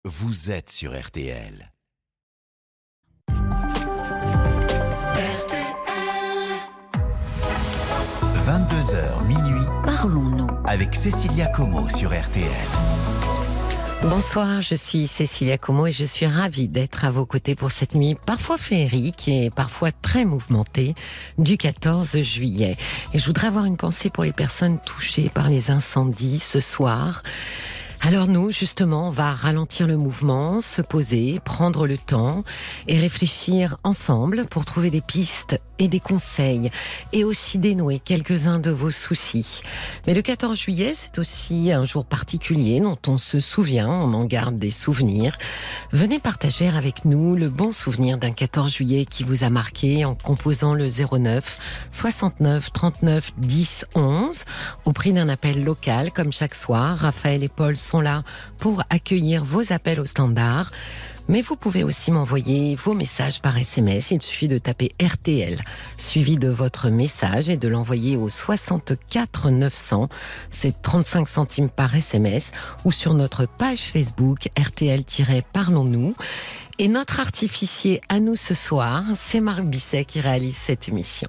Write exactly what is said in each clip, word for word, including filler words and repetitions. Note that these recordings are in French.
vous êtes sur R T L. vingt-deux heures minuit. Parlons-nous Avec Cécilia Como sur R T L. Bonsoir, je suis Cécilia Como et je suis ravie d'être à vos côtés pour cette nuit parfois féerique et parfois très mouvementée du quatorze juillet. Et je voudrais avoir une pensée pour les personnes touchées par les incendies ce soir. Alors nous, justement, on va ralentir le mouvement, se poser, prendre le temps et réfléchir ensemble pour trouver des pistes et des conseils et aussi dénouer quelques-uns de vos soucis. Mais le quatorze juillet, c'est aussi un jour particulier dont on se souvient, on en garde des souvenirs. Venez partager avec nous le bon souvenir d'un quatorze juillet qui vous a marqué en composant le zéro neuf soixante-neuf trente-neuf dix onze au prix d'un appel local comme chaque soir. Raphaël et Paul sont là pour accueillir vos appels au standard. Mais vous pouvez aussi m'envoyer vos messages par S M S. Il suffit de taper R T L, suivi de votre message et de l'envoyer au soixante-quatre neuf cents. C'est trente-cinq centimes par S M S ou sur notre page Facebook R T L-Parlons-nous. Et notre artificier à nous ce soir, c'est Marc Bisset qui réalise cette émission.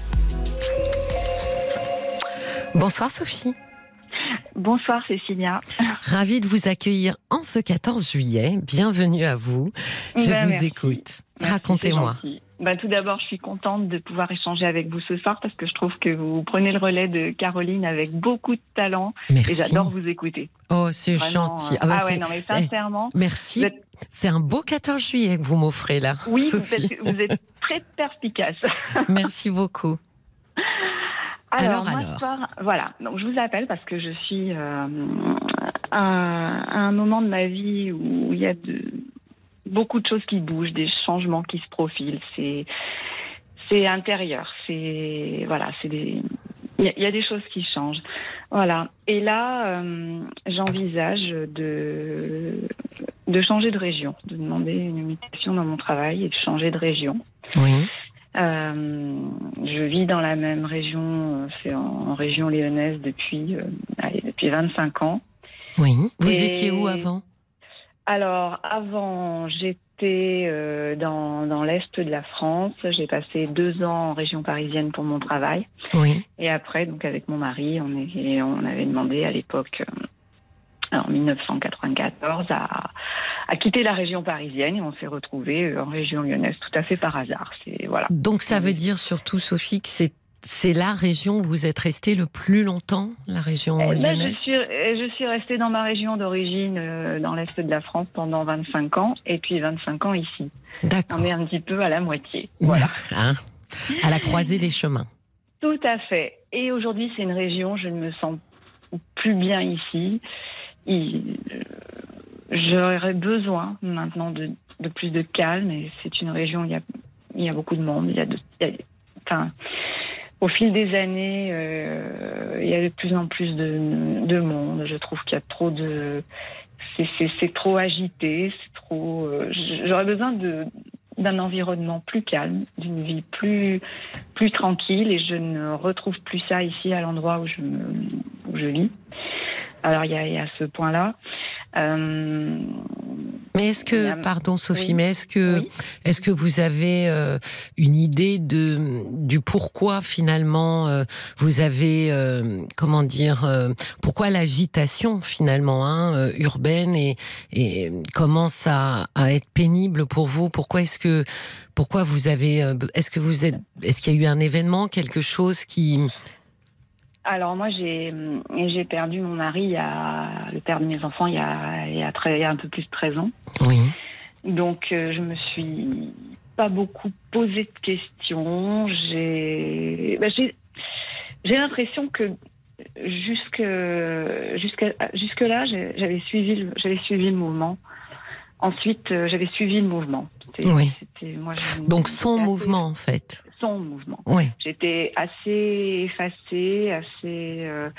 Bonsoir Sophie. Bonsoir Cécilia. Ravie de vous accueillir en ce quatorze juillet. Bienvenue à vous. Je ben, vous merci. écoute. Merci, Racontez-moi. Ben, tout d'abord, je suis contente de pouvoir échanger avec vous ce soir parce que je trouve que vous prenez le relais de Caroline avec beaucoup de talent. Merci. Et j'adore vous écouter. Oh, c'est Vraiment, gentil. euh, Ah, bah, ah ouais, c'est- non mais sincèrement. Merci. Vous êtes... C'est un beau quatorze juillet que vous m'offrez là, Oui, Sophie. vous êtes, vous êtes très perspicace. Merci beaucoup. Alors, Alors, moi, alors. ce soir, voilà. Donc, je vous appelle parce que je suis euh, à, à un moment de ma vie où il y a de, beaucoup de choses qui bougent, des changements qui se profilent. C'est, c'est intérieur. C'est, voilà, c'est des, il y, a, il y a des choses qui changent. Voilà. Et là, euh, j'envisage de, de changer de région, de demander une mutation dans mon travail et de changer de région. Oui. Euh, je vis dans la même région, c'est en, en région lyonnaise depuis, euh, allez, depuis vingt-cinq ans. Oui. Vous Et étiez où avant ? Alors, avant, j'étais euh, dans, dans l'Est de la France. J'ai passé deux ans en région parisienne pour mon travail. Oui. Et après, donc avec mon mari, on, est, on avait demandé à l'époque, euh, en dix-neuf cent quatre-vingt-quatorze, à, à quitter la région parisienne et on s'est retrouvés en région lyonnaise tout à fait par hasard. C'est, voilà. Donc ça veut dire surtout, Sophie, que c'est, c'est la région où vous êtes restée le plus longtemps, la région Eh ben, je, lyonnaise ? suis, je suis restée dans ma région d'origine, euh, dans l'Est de la France, pendant vingt-cinq ans, et puis vingt-cinq ans ici. D'accord. On est un petit peu à la moitié. Voilà. Hein, à la croisée des chemins. Tout à fait. Et aujourd'hui, c'est une région, je ne me sens plus bien ici. Il, euh, j'aurais besoin maintenant de, de plus de calme, et c'est une région où il y a, il y a beaucoup de monde. Il y a de, il y a, enfin, au fil des années, euh, il y a de plus en plus de, de monde. Je trouve qu'il y a trop de... C'est, c'est, c'est trop agité, c'est trop... Euh, j'aurais besoin de, d'un environnement plus calme, d'une vie plus, plus tranquille, et je ne retrouve plus ça ici à l'endroit où je, me, où je vis. Alors, il y a, il y a ce point-là. Euh, Mais est-ce que, a... pardon Sophie, oui. mais est-ce que, oui. est-ce que vous avez euh, une idée de du pourquoi finalement euh, vous avez, euh, comment dire, euh, pourquoi l'agitation finalement hein, euh, urbaine et, et commence à, à être pénible pour vous ? Pourquoi est-ce que, pourquoi vous avez, euh, est-ce que vous êtes, est-ce qu'il y a eu un événement, quelque chose qui... Alors moi j'ai j'ai perdu mon mari, il y a, le père de mes enfants, il y a il y a, très, il y a un peu plus de treize ans. Oui. Donc euh, je me suis pas beaucoup posé de questions. J'ai ben, j'ai, j'ai l'impression que jusque jusqu'à jusque là j'avais suivi le, j'avais suivi le mouvement. Ensuite euh, j'avais suivi le mouvement. C'était, oui. C'était, moi, je, Donc son assez, mouvement en fait. Son mouvement. Oui. J'étais assez effacée, assez... Euh,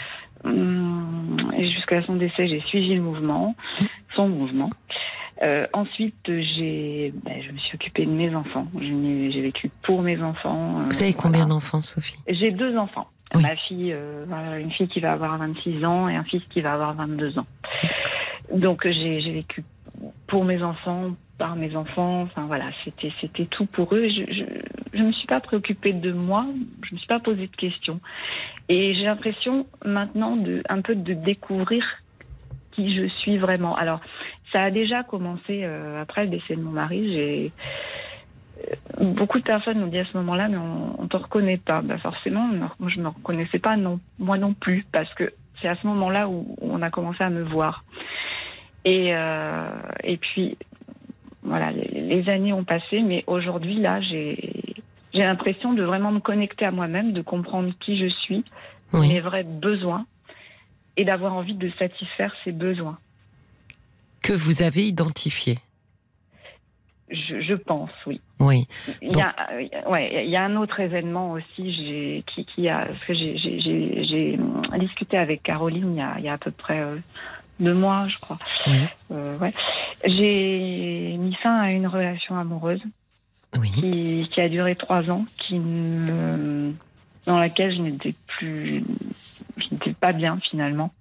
hum, et jusqu'à son décès, j'ai suivi le mouvement, son mouvement. Euh, ensuite, j'ai, ben, je me suis occupée de mes enfants. J'ai, j'ai vécu pour mes enfants. Euh, Vous avez voilà. combien d'enfants, Sophie ? J'ai deux enfants. Oui. Ma fille, euh, voilà, une fille qui va avoir vingt-six ans et un fils qui va avoir vingt-deux ans. Donc j'ai, j'ai vécu pour mes enfants, par mes enfants. Enfin voilà, c'était c'était tout pour eux. Je je, je me suis pas préoccupée de moi. Je me suis pas posé de questions. Et j'ai l'impression maintenant de un peu de découvrir qui je suis vraiment. Alors ça a déjà commencé euh, après le décès de mon mari. J'ai Beaucoup de personnes m'ont dit à ce moment-là, mais on ne te reconnaît pas. Ben forcément, moi je ne me reconnaissais pas, non, moi non plus, parce que c'est à ce moment-là où on a commencé à me voir. Et, euh, et puis, voilà, les, les années ont passé, mais aujourd'hui, là, j'ai, j'ai l'impression de vraiment me connecter à moi-même, de comprendre qui je suis, oui. mes vrais besoins, et d'avoir envie de satisfaire ces besoins. Que vous avez identifiés. Je, je pense, oui. Oui. Il y a, ouais, il y a un autre événement aussi j'ai, qui, qui a, parce que j'ai, j'ai, j'ai, j'ai discuté avec Caroline il y a, il y a à peu près euh, deux mois, je crois. Oui. Euh, ouais. J'ai mis fin à une relation amoureuse oui. qui, qui a duré trois ans, qui me, dans laquelle je n'étais plus, je n'étais pas bien finalement.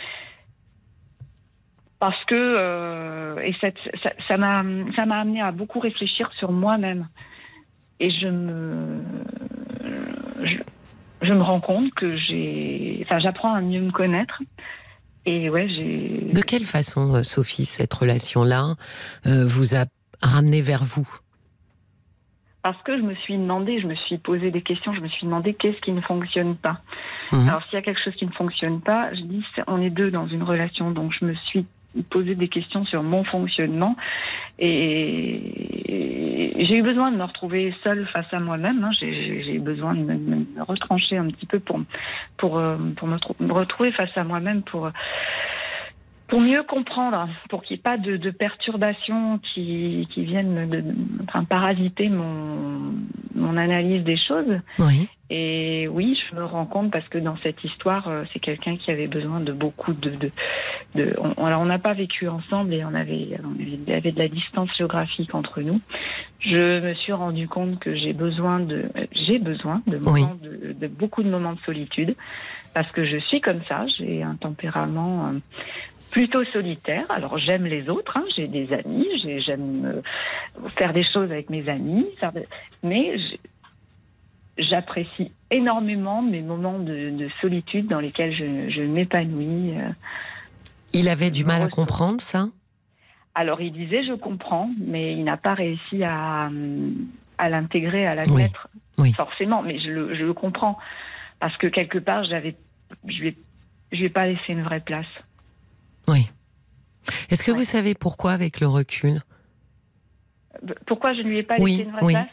Parce que euh, et cette, ça, ça m'a ça m'a amené à beaucoup réfléchir sur moi-même et je me je, je me rends compte que j'ai enfin j'apprends à mieux me connaître et ouais j'ai. De quelle façon, Sophie, cette relation-là euh, vous a ramené vers vous? Parce que je me suis demandé, je me suis posé des questions, je me suis demandé qu'est-ce qui ne fonctionne pas. Mmh. Alors s'il y a quelque chose qui ne fonctionne pas, je dis on est deux dans une relation, donc je me suis poser des questions sur mon fonctionnement et j'ai eu besoin de me retrouver seule face à moi-même. Hein. J'ai, j'ai eu besoin de me, me retrancher un petit peu pour, pour, pour me, me retrouver face à moi-même pour, pour mieux comprendre, pour qu'il n'y ait pas de, de perturbations qui, qui viennent de, de, enfin, parasiter mon, mon analyse des choses. Oui. Et oui, je me rends compte parce que dans cette histoire, c'est quelqu'un qui avait besoin de beaucoup de... de, de on, alors, on n'a pas vécu ensemble et on avait, on avait, avait de la distance géographique entre nous. Je me suis rendu compte que j'ai besoin de... J'ai besoin de, moments oui. de, de beaucoup de moments de solitude parce que je suis comme ça. J'ai un tempérament plutôt solitaire. Alors, j'aime les autres. Hein, j'ai des amis. J'ai, j'aime faire des choses avec mes amis. Faire de, mais... J'apprécie énormément mes moments de, de solitude dans lesquels je, je m'épanouis. Il avait du mal à comprendre ça ? Alors, il disait « je comprends », mais il n'a pas réussi à, à l'intégrer, à l'admettre, oui. Oui. forcément. Mais je le, je le comprends, parce que quelque part, j'avais, je ne lui, lui ai pas laissé une vraie place. Oui. Est-ce que ouais. vous savez pourquoi, avec le recul ? Pourquoi je ne lui ai pas oui, laissé une vraie oui. place ?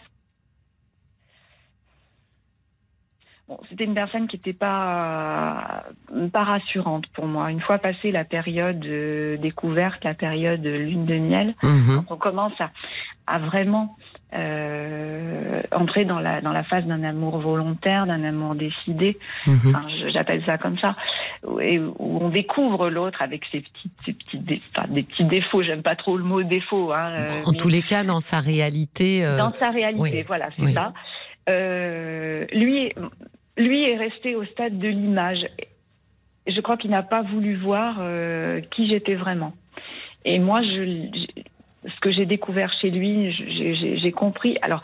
Bon, c'était une personne qui n'était pas, pas rassurante pour moi. Une fois passée la période euh, découverte, la période lune de miel, mmh. quand on commence à, à vraiment euh, entrer dans la, dans la phase d'un amour volontaire, d'un amour décidé, mmh. enfin, j'appelle ça comme ça, et où on découvre l'autre avec ses petits, ses petits, dé, enfin, des petits défauts. J'aime pas trop le mot défaut. Hein, en mais, tous les cas, dans sa réalité. Euh... Dans sa réalité, oui. voilà, c'est oui. ça. Euh, lui. Lui est resté au stade de l'image. Je crois qu'il n'a pas voulu voir euh, qui j'étais vraiment. Et moi, je, ce que j'ai découvert chez lui, j'ai, j'ai, j'ai compris. Alors,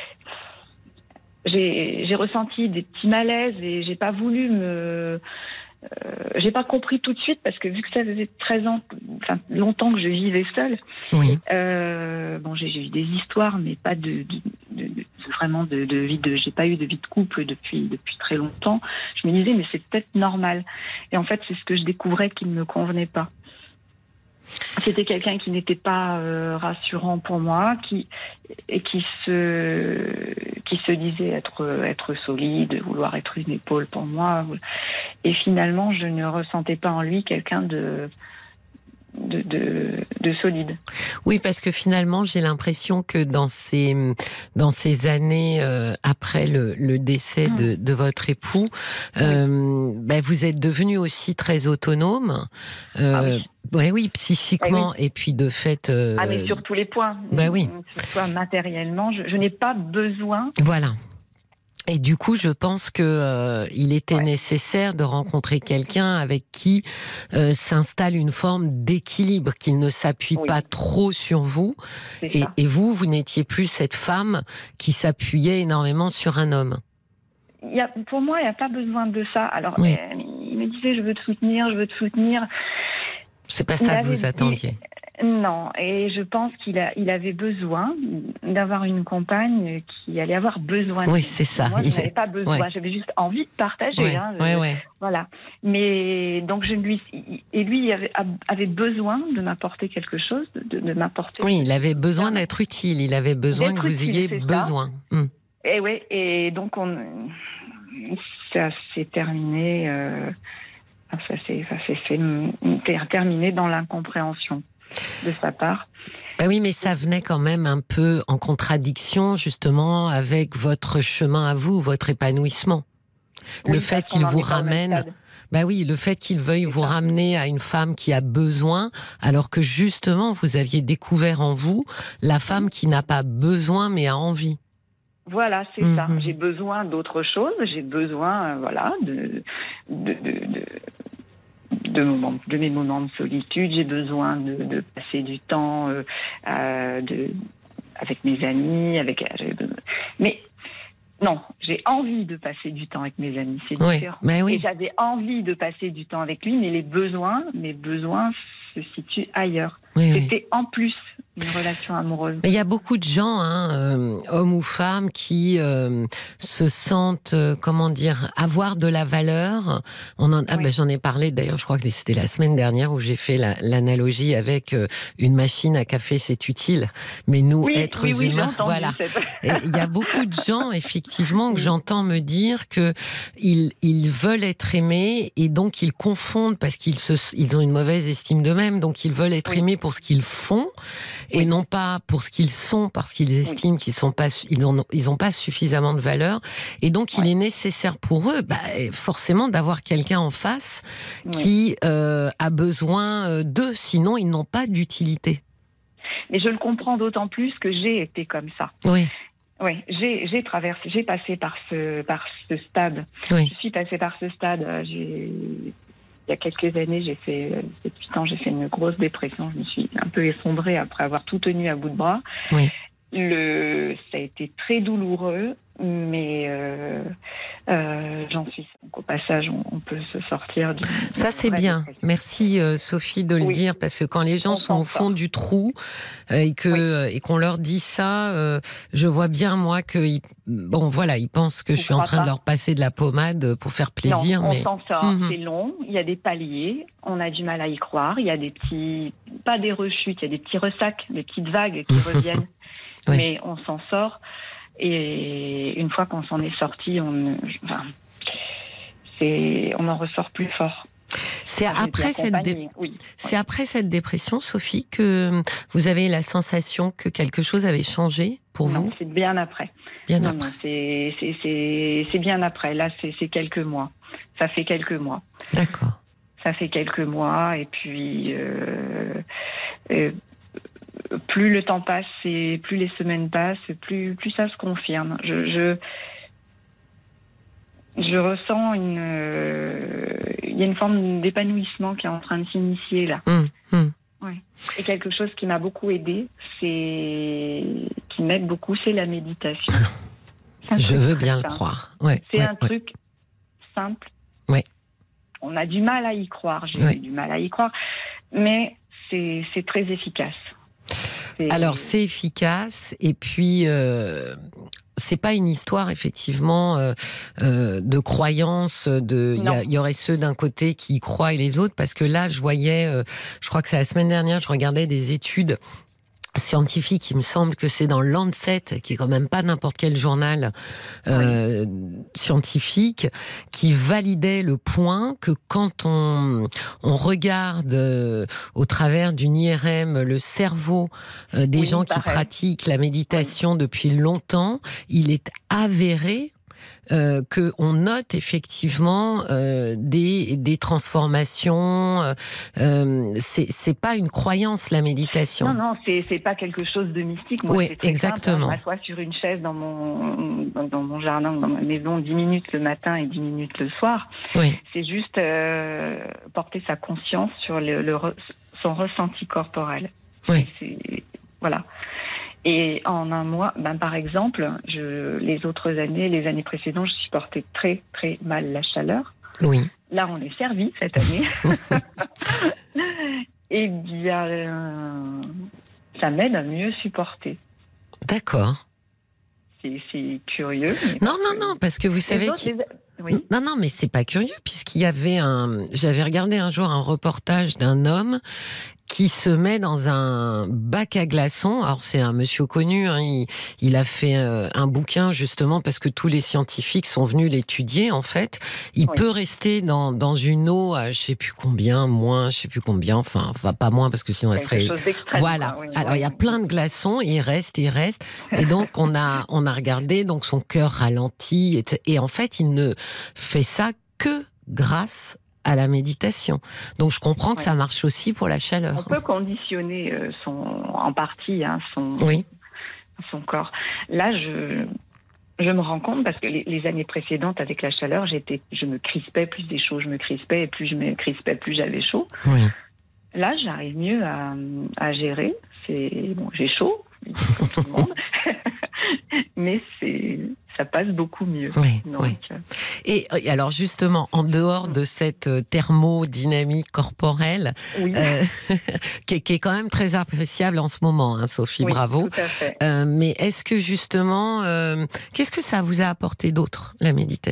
j'ai, j'ai ressenti des petits malaises et j'ai pas voulu me... Euh, j'ai pas compris tout de suite parce que vu que ça faisait treize ans, enfin longtemps que je vivais seule, oui. euh, bon j'ai, j'ai eu des histoires mais pas de, de, de, de vraiment de, de vie de, j'ai pas eu de vie de couple depuis depuis très longtemps. Je me disais mais c'est peut-être normal et en fait c'est ce que je découvrais qui ne me convenait pas. C'était quelqu'un qui n'était pas euh, rassurant pour moi, qui et qui se qui se disait être être solide, vouloir être une épaule pour moi. Et finalement, je ne ressentais pas en lui quelqu'un de de, de, de solide. Oui, parce que finalement, j'ai l'impression que dans ces, dans ces années euh, après le, le décès mmh. de, de votre époux, euh, oui. ben vous êtes devenu aussi très autonome. Euh, ah oui. Ouais, oui, psychiquement, et, oui. et puis de fait... Euh... Ah, mais sur tous les points. Ben oui. Sur matériellement, je, je n'ai pas besoin... Voilà. Et du coup, je pense que euh, il était ouais. nécessaire de rencontrer quelqu'un avec qui euh, s'installe une forme d'équilibre, qu'il ne s'appuie oui. pas trop sur vous. Et, et vous, vous n'étiez plus cette femme qui s'appuyait énormément sur un homme. Il y a, pour moi, il n'y a pas besoin de ça. Alors, oui. euh, il me disait, je veux te soutenir, je veux te soutenir. C'est pas ça il que vous attendiez. Dit, non, et je pense qu'il a, il avait besoin d'avoir une compagne qui allait avoir besoin de Oui, lui. c'est ça. Moi, je il n'avais est... pas besoin, ouais. j'avais juste envie de partager. Ouais, hein, ouais, je, ouais. Voilà. Mais donc, je lui. Et lui, il avait, avait besoin de m'apporter quelque chose, de, de m'apporter. Oui, il avait besoin d'être utile, il avait besoin d'être que vous utile, ayez besoin. Hum. Et oui, et donc, on, ça s'est terminé. Euh, ça s'est, ça s'est fait, terminé dans l'incompréhension de sa part. Ben oui, mais ça venait quand même un peu en contradiction, justement, avec votre chemin à vous, votre épanouissement. Oui, le fait qu'il vous ramène... Ben oui, le fait qu'il veuille vous ramener à une femme qui a besoin, alors que justement, vous aviez découvert en vous la femme qui n'a pas besoin, mais a envie. Voilà, c'est mmh. ça. J'ai besoin d'autre chose. J'ai besoin, euh, voilà, de... de, de, de... De, moments, de mes moments de solitude, j'ai besoin de, de passer du temps euh, euh, de, avec mes amis, avec. Euh, mais non, j'ai envie de passer du temps avec mes amis, c'est oui, différent. Mais oui. Et j'avais envie de passer du temps avec lui, mais les besoins, mes besoins se situent ailleurs. Oui, C'était oui. en plus une relation amoureuse. Mais il y a beaucoup de gens, hein, euh, hommes ou femmes, qui euh, se sentent, euh, comment dire, avoir de la valeur. On en, ah oui. ben, j'en ai parlé d'ailleurs, je crois que c'était la semaine dernière où j'ai fait la, l'analogie avec euh, une machine à café, c'est utile. Mais nous, oui, êtres oui, oui, humains, voilà. Il y a beaucoup de gens, effectivement, que oui. j'entends me dire que ils, ils veulent être aimés et donc ils confondent parce qu'ils se, ils ont une mauvaise estime d'eux-mêmes, donc ils veulent être oui. aimés pour ce qu'ils font. Et oui. non pas pour ce qu'ils sont, parce qu'ils estiment oui. qu'ils sont pas, ils ont, ils ont pas suffisamment de valeur. Et donc, ouais. il est nécessaire pour eux, bah, forcément, d'avoir quelqu'un en face oui. qui euh, a besoin d'eux. Sinon, ils n'ont pas d'utilité. Mais je le comprends d'autant plus que j'ai été comme ça. Oui. Oui, j'ai, j'ai traversé, j'ai passé par ce, par ce stade. Oui. Je suis passée par ce stade. J'ai... Il y a quelques années, j'ai fait, sept huit ans, j'ai fait une grosse dépression. Je me suis un peu effondrée après avoir tout tenu à bout de bras. Oui. Le, ça a été très douloureux, mais euh, euh, j'en suis. Donc, au passage, on, on peut se sortir du. Ça, c'est bien. Dépression. Merci, euh, Sophie, de le oui. dire, parce que quand les gens on sont au fond pas. du trou euh, et, que, oui. euh, et qu'on leur dit ça, euh, je vois bien, moi, que ils, bon, voilà, ils pensent que Vous je suis en train pas. de leur passer de la pommade pour faire plaisir. Non, mais... on s'en sort. Mm-hmm. C'est long. Il y a des paliers. On a du mal à y croire. Il y a des petits, pas des rechutes, il y a des petits ressacs, des petites vagues qui reviennent. Oui. Mais on s'en sort. Et une fois qu'on s'en est sorti, on, enfin, c'est, on en ressort plus fort. C'est après, cette dé... oui. c'est après cette dépression, Sophie, que vous avez la sensation que quelque chose avait changé pour non, vous ? C'est bien après. Bien non, après. Non, c'est, c'est, c'est, c'est bien après. Là, c'est, c'est quelques mois. Ça fait quelques mois. D'accord. Ça fait quelques mois. Et puis... Euh, euh, plus le temps passe et plus les semaines passent, plus, plus ça se confirme. Je, je, je ressens une... Euh, il y a une forme d'épanouissement qui est en train de s'initier là. Mmh, mmh. Ouais. Et quelque chose qui m'a beaucoup aidée, c'est... qui m'aide beaucoup, c'est la méditation. C'est je veux bien simple. le croire. Ouais, c'est ouais, un ouais. truc simple. Ouais. On a du mal à y croire, j'ai ouais. eu du mal à y croire, mais c'est, c'est très efficace. C'est... Alors c'est efficace et puis euh, c'est pas une histoire effectivement euh, euh, de croyance. De il y, y aurait ceux d'un côté qui y croient et les autres parce que là je voyais, euh, je crois que c'est la semaine dernière, je regardais des études scientifique, il me semble que c'est dans Lancet, qui est quand même pas n'importe quel journal euh, oui. scientifique, qui validait le point que quand on, on regarde euh, au travers d'une I R M le cerveau euh, des oui, gens pareil. qui pratiquent la méditation oui. depuis longtemps, il est avéré euh, que on note effectivement euh, des, des transformations. Euh, euh, c'est, c'est pas une croyance, la méditation. Non, non, c'est, c'est pas quelque chose de mystique. Moi, oui, c'est très exactement. simple, hein. Je m'assois sur une chaise dans mon, dans, dans mon jardin, dans ma maison, dix minutes le matin et dix minutes le soir. Oui. C'est juste euh, porter sa conscience sur le, le, son ressenti corporel. Oui. C'est, voilà. Et en un mois, ben par exemple, je, les autres années, les années précédentes, je supportais très très mal la chaleur. Oui. Là, on est servi cette année. Et bien, euh, ça m'aide à mieux supporter. D'accord. C'est, c'est curieux. Non, non, non, parce que vous savez autres, qu'il... les... Oui. Non, non, mais c'est pas curieux, puisqu'il y avait un... J'avais regardé un jour un reportage d'un homme qui se met dans un bac à glaçons. Alors c'est un monsieur connu, hein, il, il a fait euh, un bouquin justement parce que tous les scientifiques sont venus l'étudier en fait. Il oui. peut rester dans, dans une eau à je sais plus combien, moins, je sais plus combien, enfin, enfin pas moins parce que sinon elle serait... Voilà, oui, alors oui, il y a plein de glaçons, il reste, il reste. Et donc on a, on a regardé, donc son cœur ralentit et, et en fait il ne fait ça que grâce à la méditation. Donc je comprends que ouais. ça marche aussi pour la chaleur. On peut conditionner euh, son, en partie hein, son, oui. son corps. Là, je, je me rends compte, parce que les, les années précédentes, avec la chaleur, j'étais, je me crispais, plus des chaud, je me crispais, et plus je me crispais, plus j'avais chaud. Oui. Là, j'arrive mieux à, à gérer. C'est, bon, j'ai chaud, comme tout le monde, mais c'est... ça passe beaucoup mieux. Oui, Donc, oui. Et alors justement, en dehors de cette thermodynamique corporelle, oui. euh, qui, est, qui est quand même très appréciable en ce moment, hein, Sophie, oui, bravo. Tout à fait. Euh, mais est-ce que justement, euh, qu'est-ce que ça vous a apporté d'autre, la méditation ?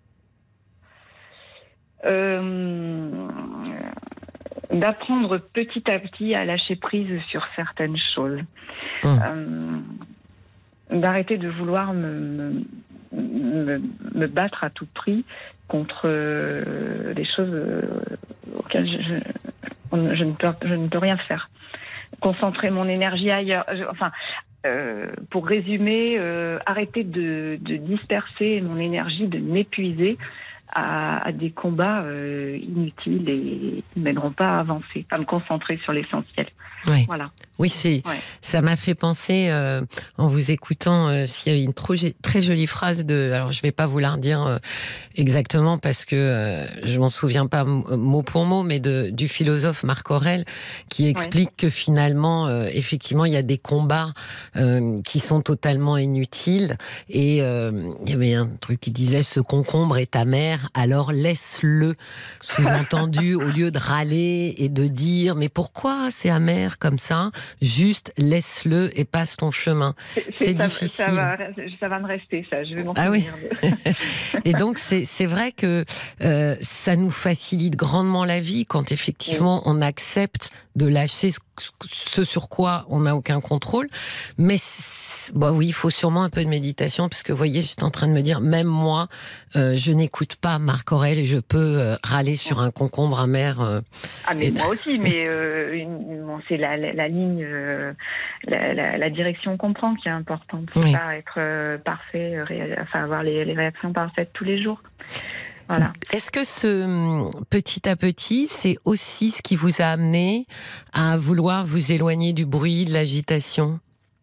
euh, D'apprendre petit à petit à lâcher prise sur certaines choses. Hum. Euh, d'arrêter de vouloir me, me, me battre à tout prix contre euh, des choses euh, auxquelles je, je, je, ne peux, je ne peux rien faire. Concentrer mon énergie ailleurs. Je, enfin, euh, pour résumer, euh, arrêter de, de disperser mon énergie, de m'épuiser à, à des combats euh, inutiles et qui ne m'aideront pas à avancer, à me concentrer sur l'essentiel. Oui. Voilà. Oui, c'est, ouais. ça m'a fait penser, euh, en vous écoutant, euh, s'il y avait une trop, très jolie phrase de, alors je vais pas vous la redire euh, exactement parce que euh, je m'en souviens pas mot pour mot, mais de, du philosophe Marc Aurèle qui explique ouais. que finalement, euh, effectivement, il y a des combats euh, qui sont totalement inutiles et euh, il y avait un truc qui disait ce concombre est amer, alors laisse-le. Sous-entendu, au lieu de râler et de dire mais pourquoi c'est amer comme ça, juste laisse-le et passe ton chemin. C'est, c'est, c'est ça, difficile. Ça va, ça va me rester, ça. Je vais m'en ah souvenir. Oui. Et donc, c'est, c'est vrai que euh, ça nous facilite grandement la vie quand effectivement oui. on accepte de lâcher ce sur quoi on n'a aucun contrôle. Mais bon, oui, il faut sûrement un peu de méditation parce que, vous voyez, j'étais en train de me dire, même moi, euh, je n'écoute pas Marc Aurèle et je peux euh, râler sur un concombre amer. Euh, ah, mais et... moi aussi, mais euh, une, bon, c'est la, la, la ligne, euh, la, la, la direction qu'on prend qui est importante. Il ne faut oui. pas être euh, parfait, ré... enfin avoir les, les réactions parfaites tous les jours. Voilà. Est-ce que ce petit à petit, c'est aussi ce qui vous a amené à vouloir vous éloigner du bruit, de l'agitation ?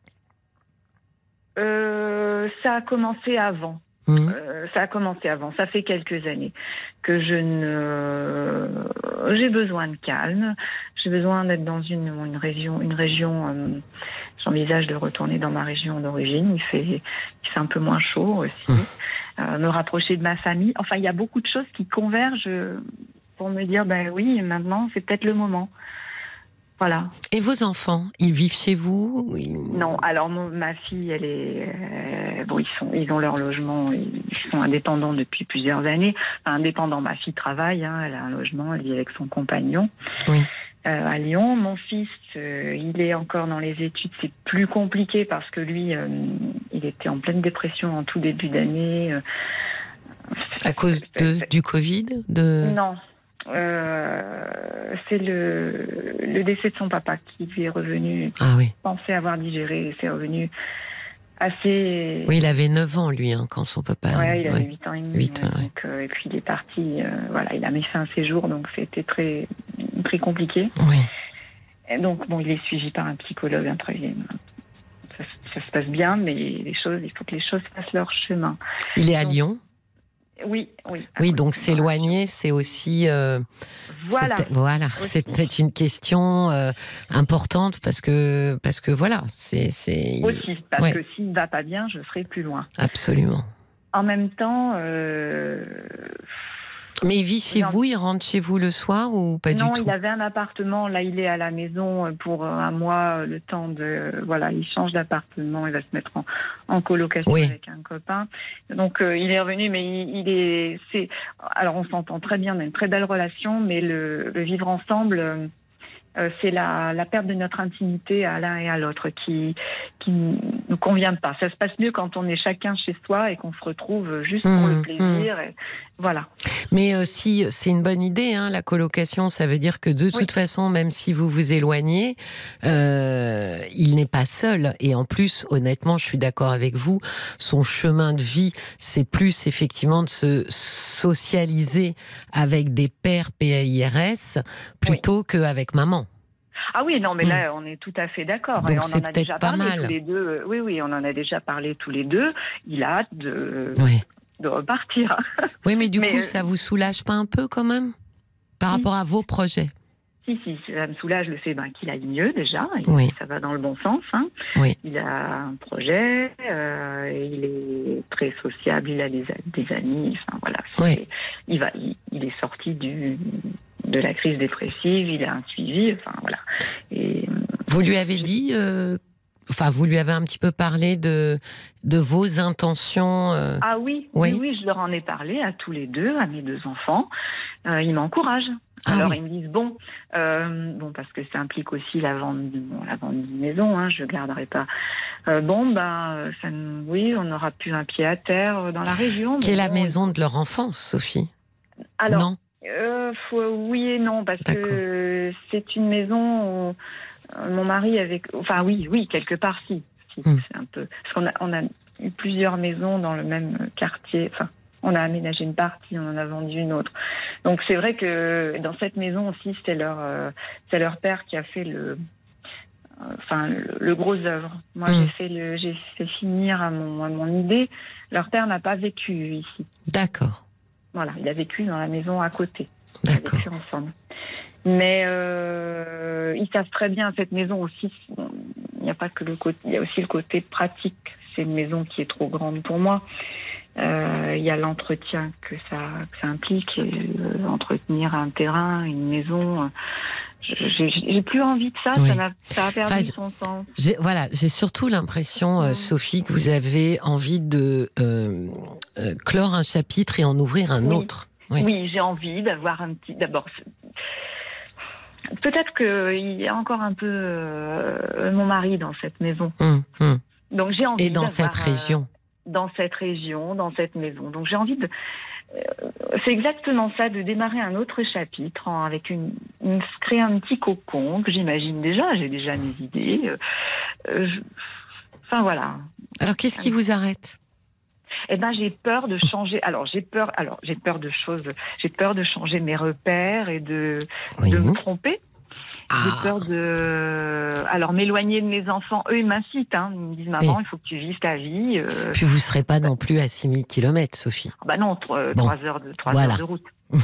Euh, ça a commencé avant. Mmh. Euh, ça a commencé avant. Ça fait quelques années que je ne. J'ai besoin de calme. J'ai besoin d'être dans une, une région. Une région. Euh, j'envisage de retourner dans ma région d'origine. Il fait, il fait un peu moins chaud aussi. Mmh. Euh, me rapprocher de ma famille. Enfin, il y a beaucoup de choses qui convergent pour me dire, ben oui, maintenant c'est peut-être le moment. Voilà. Et vos enfants, ils vivent chez vous ? Ils... Non, alors mon, ma fille, elle est euh, bon, ils sont, ils ont leur logement, ils sont indépendants depuis plusieurs années. Enfin, indépendants, ma fille travaille, hein, elle a un logement, elle vit avec son compagnon oui. euh, à Lyon. Mon fils, euh, il est encore dans les études, c'est plus compliqué parce que lui, euh, il était en pleine dépression en tout début d'année. Euh, à cause de du Covid, de non. Euh, c'est le, le décès de son papa qui lui est revenu. Ah oui. Pensait avoir digéré, c'est revenu assez... Oui, il avait neuf ans, lui, hein, quand son papa... Ouais, il avait ouais. huit ans et demi. huit ans, ouais. Donc, euh, et puis, il est parti... Euh, voilà, il a mis fin à ses jours, donc c'était très, très compliqué. Oui. Et donc, bon, il est suivi par un psychologue, un très... Ça, ça se passe bien, mais les choses, il faut que les choses fassent leur chemin. Il est à donc, Lyon? Oui, oui. Oui, donc s'éloigner, c'est aussi... Euh, voilà. C'est voilà, aussi. C'est peut-être une question euh, importante parce que, parce que voilà, c'est... c'est... Aussi, parce ouais. que s'il ne va pas bien, je serai plus loin. Absolument. En même temps... Euh... Mais il vit chez non. vous, il rentre chez vous le soir ou pas non, du tout? Non, il avait un appartement, là il est à la maison pour un mois, le temps de... Voilà, il change d'appartement, il va se mettre en, en colocation oui. avec un copain. Donc euh, il est revenu, mais il, il est... C'est... Alors on s'entend très bien, on a une très belle relation, mais le, le vivre ensemble... Euh, Euh, c'est la, la perte de notre intimité à l'un et à l'autre qui qui nous convient pas. Ça se passe mieux quand on est chacun chez soi et qu'on se retrouve juste mmh, pour le plaisir. Mmh. Et voilà. Mais euh, si c'est une bonne idée, hein, la colocation, ça veut dire que de toute oui. façon, même si vous vous éloignez, euh, il n'est pas seul. Et en plus, honnêtement, je suis d'accord avec vous, son chemin de vie, c'est plus effectivement de se socialiser avec des pères P A I R S plutôt oui. qu'avec maman. Ah oui, non, mais mmh. là, on est tout à fait d'accord. Donc et on c'est en a déjà pas parlé mal. tous les deux. Oui, oui, on en a déjà parlé tous les deux. Il a hâte de, oui. de repartir. Oui, mais du mais coup, euh... ça vous soulage pas un peu quand même par si. rapport à vos projets? Si, si, ça me soulage le fait ben, qu'il aille mieux déjà. Et oui. Ça va dans le bon sens. Hein. Oui. Il a un projet, euh, il est très sociable, il a des, des amis. Enfin voilà. Oui. Il va, il, il est sorti du de la crise dépressive, il a un suivi, enfin voilà. Et, vous lui avez dit, euh, enfin vous lui avez un petit peu parlé de, de vos intentions euh... Ah oui, oui, oui, oui, je leur en ai parlé à tous les deux, à mes deux enfants. Euh, ils m'encouragent. Ah Alors oui. ils me disent, bon, euh, bon parce que ça implique aussi la vente, bon, la vente d'une maison, hein, je ne garderai pas. Euh, bon, ben, ça, oui, on aura plus un pied à terre dans la région. Qui est la bon, maison de leur enfance, Sophie? Alors, non. Euh, faut, oui et non, parce D'accord. que c'est une maison où mon mari avait... Enfin oui, oui, quelque part, si. si hum. C'est un peu... Parce qu'on a, on a eu plusieurs maisons dans le même quartier. Enfin, on a aménagé une partie, on en a vendu une autre. Donc c'est vrai que dans cette maison aussi, c'était leur, euh, c'est leur père qui a fait le... Enfin, le, le gros œuvre. Moi, hum. j'ai fait le, j'ai fait finir à mon, à mon idée. Leur père n'a pas vécu ici. D'accord. Voilà, il a vécu dans la maison à côté. D'accord. On a vécu ensemble. Mais euh, ils savent très bien, cette maison aussi, il n'y a pas que le côté, il y a aussi le côté pratique. C'est une maison qui est trop grande pour moi. Euh, il y a l'entretien que ça, que ça implique, euh, entretenir un terrain, une maison. J'ai, j'ai plus envie de ça, oui. ça, a, ça a perdu enfin, son sens. J'ai, voilà, j'ai surtout l'impression, euh, Sophie, que vous avez envie de euh, euh, clore un chapitre et en ouvrir un oui. autre. Oui. oui, j'ai envie d'avoir un petit... D'abord, peut-être qu'il y a encore un peu euh, mon mari dans cette maison. Hum, hum. Donc j'ai envie et dans d'avoir, cette région. Euh, dans cette région, dans cette maison. Donc j'ai envie de... C'est exactement ça, de démarrer un autre chapitre en, avec une, une créer un petit cocon que j'imagine déjà, j'ai déjà mes idées. Euh, je, enfin voilà. Alors qu'est-ce qui vous arrête? Eh ben j'ai peur de changer. Alors j'ai peur. Alors j'ai peur de choses. J'ai peur de changer mes repères et de oui. de me tromper. Ah. J'ai peur de... Alors, m'éloigner de mes enfants, eux, ils m'incitent. Hein. Ils me disent, maman, oui. il faut que tu vives ta vie. Euh... Puis vous ne serez pas non plus à six mille kilomètres, Sophie. Bah non, trois bon. heures de, trois voilà. heures de route.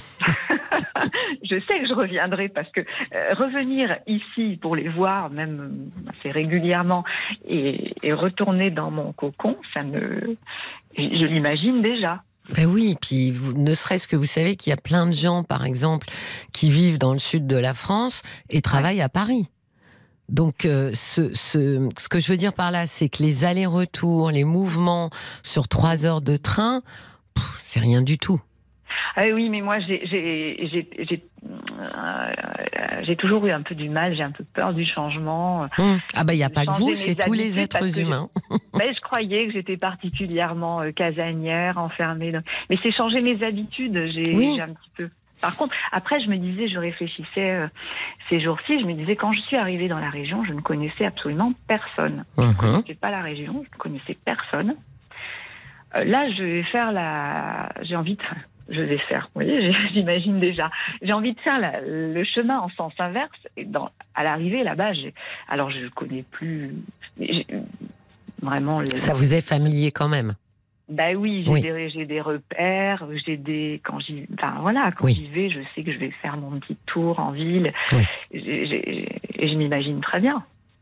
Je sais que je reviendrai parce que euh, revenir ici pour les voir, même assez régulièrement, et, et retourner dans mon cocon, ça me... Je l'imagine déjà. Ben oui, puis vous, ne serait-ce que vous savez qu'il y a plein de gens, par exemple, qui vivent dans le sud de la France et travaillent ouais. à Paris. Donc, euh, ce, ce, ce que je veux dire par là, c'est que les allers-retours, les mouvements sur trois heures de train, pff, c'est rien du tout. Ah oui, mais moi, j'ai, j'ai, j'ai, j'ai, euh, j'ai toujours eu un peu du mal, j'ai un peu peur du changement. Mmh. Ah ben, il n'y a pas que vous, c'est tous les êtres humains. Je, ben, je croyais que j'étais particulièrement euh, casanière, enfermée. Dans... Mais c'est changer mes habitudes, j'ai, oui. j'ai un petit peu... Par contre, après, je me disais, je réfléchissais euh, ces jours-ci, je me disais, quand je suis arrivée dans la région, je ne connaissais absolument personne. Je ne Mhm. connaissais pas la région, je ne connaissais personne. Euh, là, je vais faire la... J'ai envie de... Je vais faire, vous voyez, j'imagine déjà. J'ai envie de faire la- le chemin en sens inverse. Et dans, à l'arrivée, là-bas, j'ai... alors je ne connais plus j'ai- vraiment... Le... Ça vous est familier quand même? Bah oui, j'ai, Oui. Des, j'ai des repères, j'ai des... Quand j'y... Enfin, voilà, quand Oui. j'y vais, je sais que je vais faire mon petit tour en ville. Oui. J'ai- j'ai- Et je m'imagine très bien.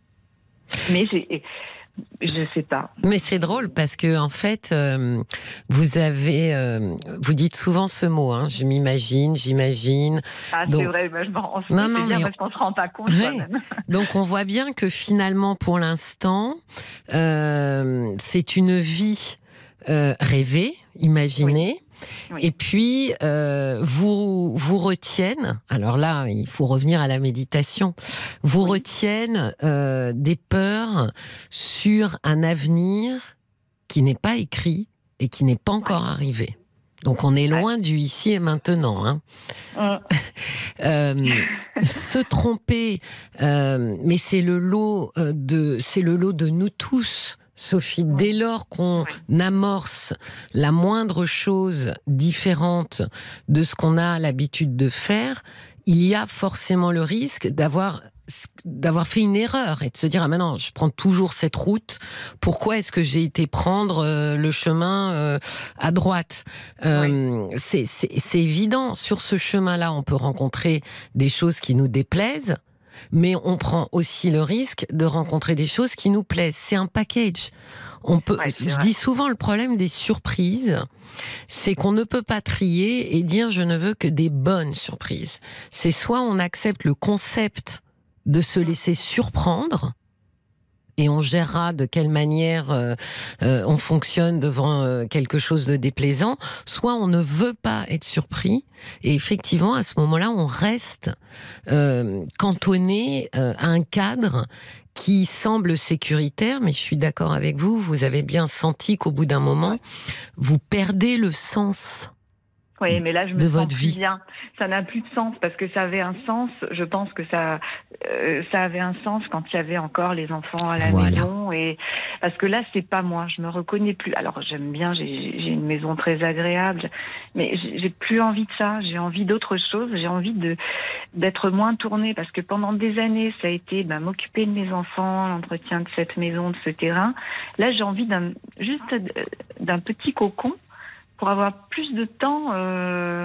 Mais j'ai... Je sais pas. Mais c'est drôle parce que en fait, euh, vous avez, euh, vous dites souvent ce mot. Hein, je m'imagine, j'imagine. Ah, Donc- c'est vrai, bah, je m'en rends Non, c'est non, bien mais parce qu'on se rend pas compte Ouais. soi-même. Donc on voit bien que finalement, pour l'instant, euh, c'est une vie euh, rêvée, imaginée. Oui. Et puis, euh, vous, vous retiennent, alors là, il faut revenir à la méditation, vous Oui. retiennent euh, des peurs sur un avenir qui n'est pas écrit et qui n'est pas encore arrivé. Donc on est loin du ici et maintenant. Hein. Hum. Euh, se tromper, euh, mais c'est le lot euh, de, c'est le lot de nous tous. Sophie, Oui. dès lors qu'on amorce la moindre chose différente de ce qu'on a l'habitude de faire, il y a forcément le risque d'avoir d'avoir fait une erreur et de se dire ah maintenant je prends toujours cette route, pourquoi est-ce que j'ai été prendre euh, le chemin euh, à droite euh, oui. c'est, c'est, c'est évident, sur ce chemin-là on peut rencontrer des choses qui nous déplaisent, mais on prend aussi le risque de rencontrer des choses qui nous plaisent. C'est un package. On peut, ouais, je dis souvent le problème des surprises, c'est qu'on ne peut pas trier et dire je ne veux que des bonnes surprises. C'est soit on accepte le concept de se laisser surprendre, et on gérera de quelle manière euh, euh, on fonctionne devant euh, quelque chose de déplaisant, soit on ne veut pas être surpris, et effectivement, à ce moment-là, on reste euh, cantonné euh, à un cadre qui semble sécuritaire, mais je suis d'accord avec vous, vous avez bien senti qu'au bout d'un moment, vous perdez le sens. Oui, mais là, je me de sens votre plus vie. bien. Ça n'a plus de sens parce que ça avait un sens. Je pense que ça, euh, ça avait un sens quand il y avait encore les enfants à la Voilà. maison. Et parce que là, c'est pas moi. Je me reconnais plus. Alors, j'aime bien. J'ai, j'ai une maison très agréable, mais j'ai, j'ai plus envie de ça. J'ai envie d'autre chose. J'ai envie de d'être moins tournée parce que pendant des années, ça a été ben, m'occuper de mes enfants, l'entretien de cette maison, de ce terrain. Là, j'ai envie d'un juste d'un petit cocon. Pour avoir plus de temps, euh,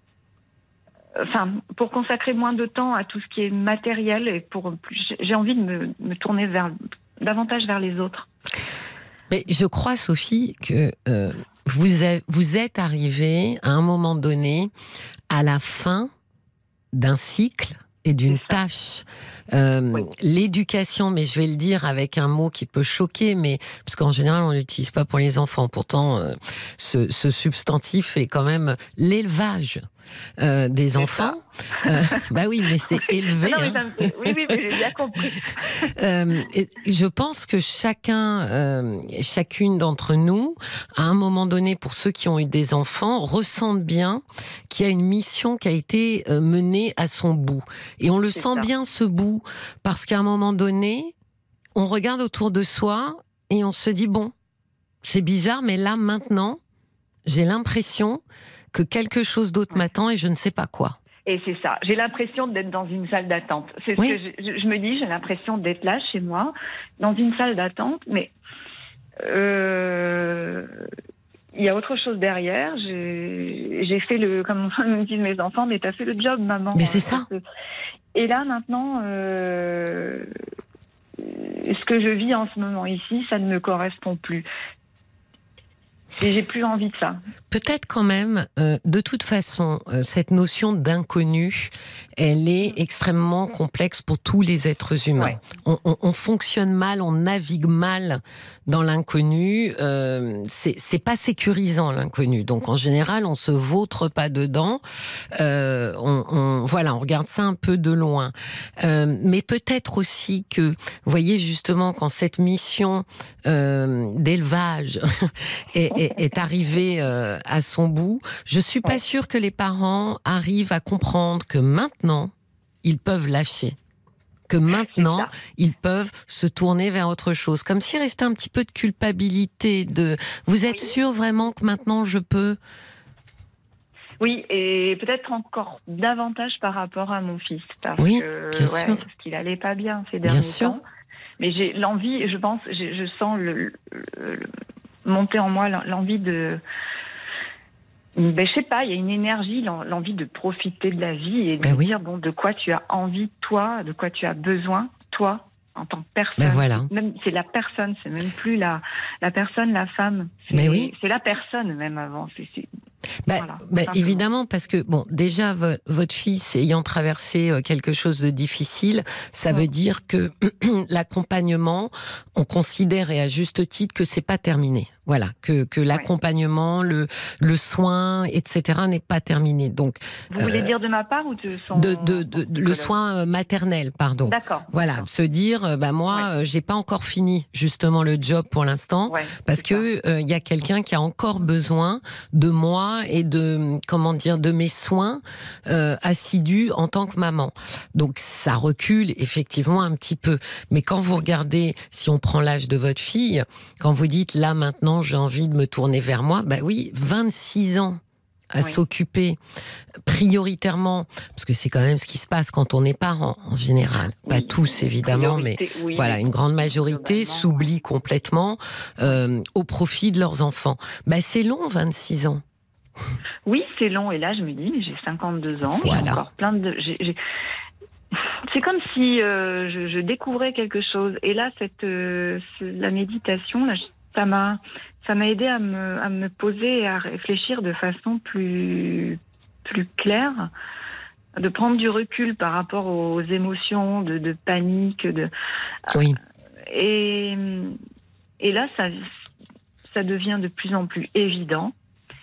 enfin, pour consacrer moins de temps à tout ce qui est matériel et pour plus, j'ai envie de me, me tourner vers, davantage vers les autres. Mais je crois, Sophie, que euh, vous, a, vous êtes arrivée à un moment donné à la fin d'un cycle et d'une tâche. Euh, oui. L'éducation, mais je vais le dire avec un mot qui peut choquer, mais parce qu'en général on l'utilise pas pour les enfants. Pourtant, euh, ce, ce substantif est quand même l'élevage euh, des c'est enfants. Euh, bah oui, mais c'est élevé. Non, mais hein. fait... Oui, oui, mais j'ai bien compris. euh, je pense que chacun, euh, chacune d'entre nous, à un moment donné, pour ceux qui ont eu des enfants, ressentent bien qu'il y a une mission qui a été euh, menée à son bout. Et on le c'est sent ça. Bien, ce bout, parce qu'à un moment donné, on regarde autour de soi et on se dit, bon, c'est bizarre, mais là, maintenant, j'ai l'impression que quelque chose d'autre m'attend et je ne sais pas quoi. Et c'est ça. J'ai l'impression d'être dans une salle d'attente. C'est oui. ce que je, je me dis. J'ai l'impression d'être là, chez moi, dans une salle d'attente, mais euh, il y a autre chose derrière. J'ai, j'ai fait le, comme me disent mes enfants, mais t'as fait le job, maman. Mais c'est ça. Et là, maintenant, euh, ce que je vis en ce moment ici, ça ne me correspond plus. Et j'ai plus envie de ça. Peut-être quand même, euh, de toute façon, euh, cette notion d'inconnu, elle est extrêmement complexe pour tous les êtres humains. Ouais. On, on, on fonctionne mal, on navigue mal dans l'inconnu. Euh, c'est, c'est pas sécurisant, l'inconnu. Donc en général, on se vautre pas dedans. Euh, on, on, voilà, on regarde ça un peu de loin. Euh, mais peut-être aussi que, vous voyez justement, quand cette mission euh, d'élevage est est, est arrivé euh, à son bout. Je suis pas Ouais. sûre que les parents arrivent à comprendre que maintenant, ils peuvent lâcher. Que maintenant, ça. ils peuvent se tourner vers autre chose. Comme s'il restait un petit peu de culpabilité. De, vous êtes Oui. sûr vraiment que maintenant je peux? Oui, et peut-être encore davantage par rapport à mon fils. Parce Oui, que, bien ouais, sûr. parce qu'il allait pas bien ces Bien derniers sûr. temps. Mais j'ai l'envie, je pense, j'ai- je sens le, le- le- monter en moi l'envie de... Ben, je sais pas, il y a une énergie, l'en- l'envie de profiter de la vie et de Ben me oui. dire, bon, de quoi tu as envie, toi, de quoi tu as besoin, toi, en tant que personne. Ben voilà. Même, c'est la personne, c'est même plus la, la personne, la femme. C'est, Ben oui. c'est la personne, même avant. C'est, c'est... Bah, Voilà, bah, simplement. évidemment, parce que bon, déjà vo- votre fils ayant traversé euh, quelque chose de difficile, ça Ouais. veut dire que l'accompagnement, on considère et à juste titre que c'est pas terminé. Voilà, que que l'accompagnement, le le soin, et cetera n'est pas terminé. Donc Vous voulez euh, dire de ma part ou de son... de, de, de, son le psychologue? soin euh, maternel, pardon. D'accord. Voilà, d'accord. de se dire, euh, bah moi, Ouais. euh, j'ai pas encore fini justement le job pour l'instant, Ouais, parce c'est ça. que il euh, y a quelqu'un qui a encore besoin de moi et de comment dire de mes soins euh, assidus en tant que maman. Donc ça recule effectivement un petit peu. Mais quand vous regardez, si on prend l'âge de votre fille, quand vous dites là maintenant j'ai envie de me tourner vers moi, bah oui, vingt-six ans à Oui. s'occuper prioritairement, parce que c'est quand même ce qui se passe quand on est parent en général, pas Oui, tous évidemment, mais priorité, oui, voilà, mais une grande majorité globalement, s'oublie complètement euh, au profit de leurs enfants. Bah, c'est long, vingt-six ans. Oui, c'est long. Et là, je me dis, mais j'ai cinquante-deux ans, Voilà. j'ai encore plein de... j'ai- j'ai- C'est comme si euh, je, je découvrais quelque chose. Et là, cette, euh, ce- la méditation, là, je- ça m'a, ça m'a aidé à me, à me poser et à réfléchir de façon plus, plus claire, de prendre du recul par rapport aux émotions, de, de panique, de... Oui. Et, et là, ça, ça devient de plus en plus évident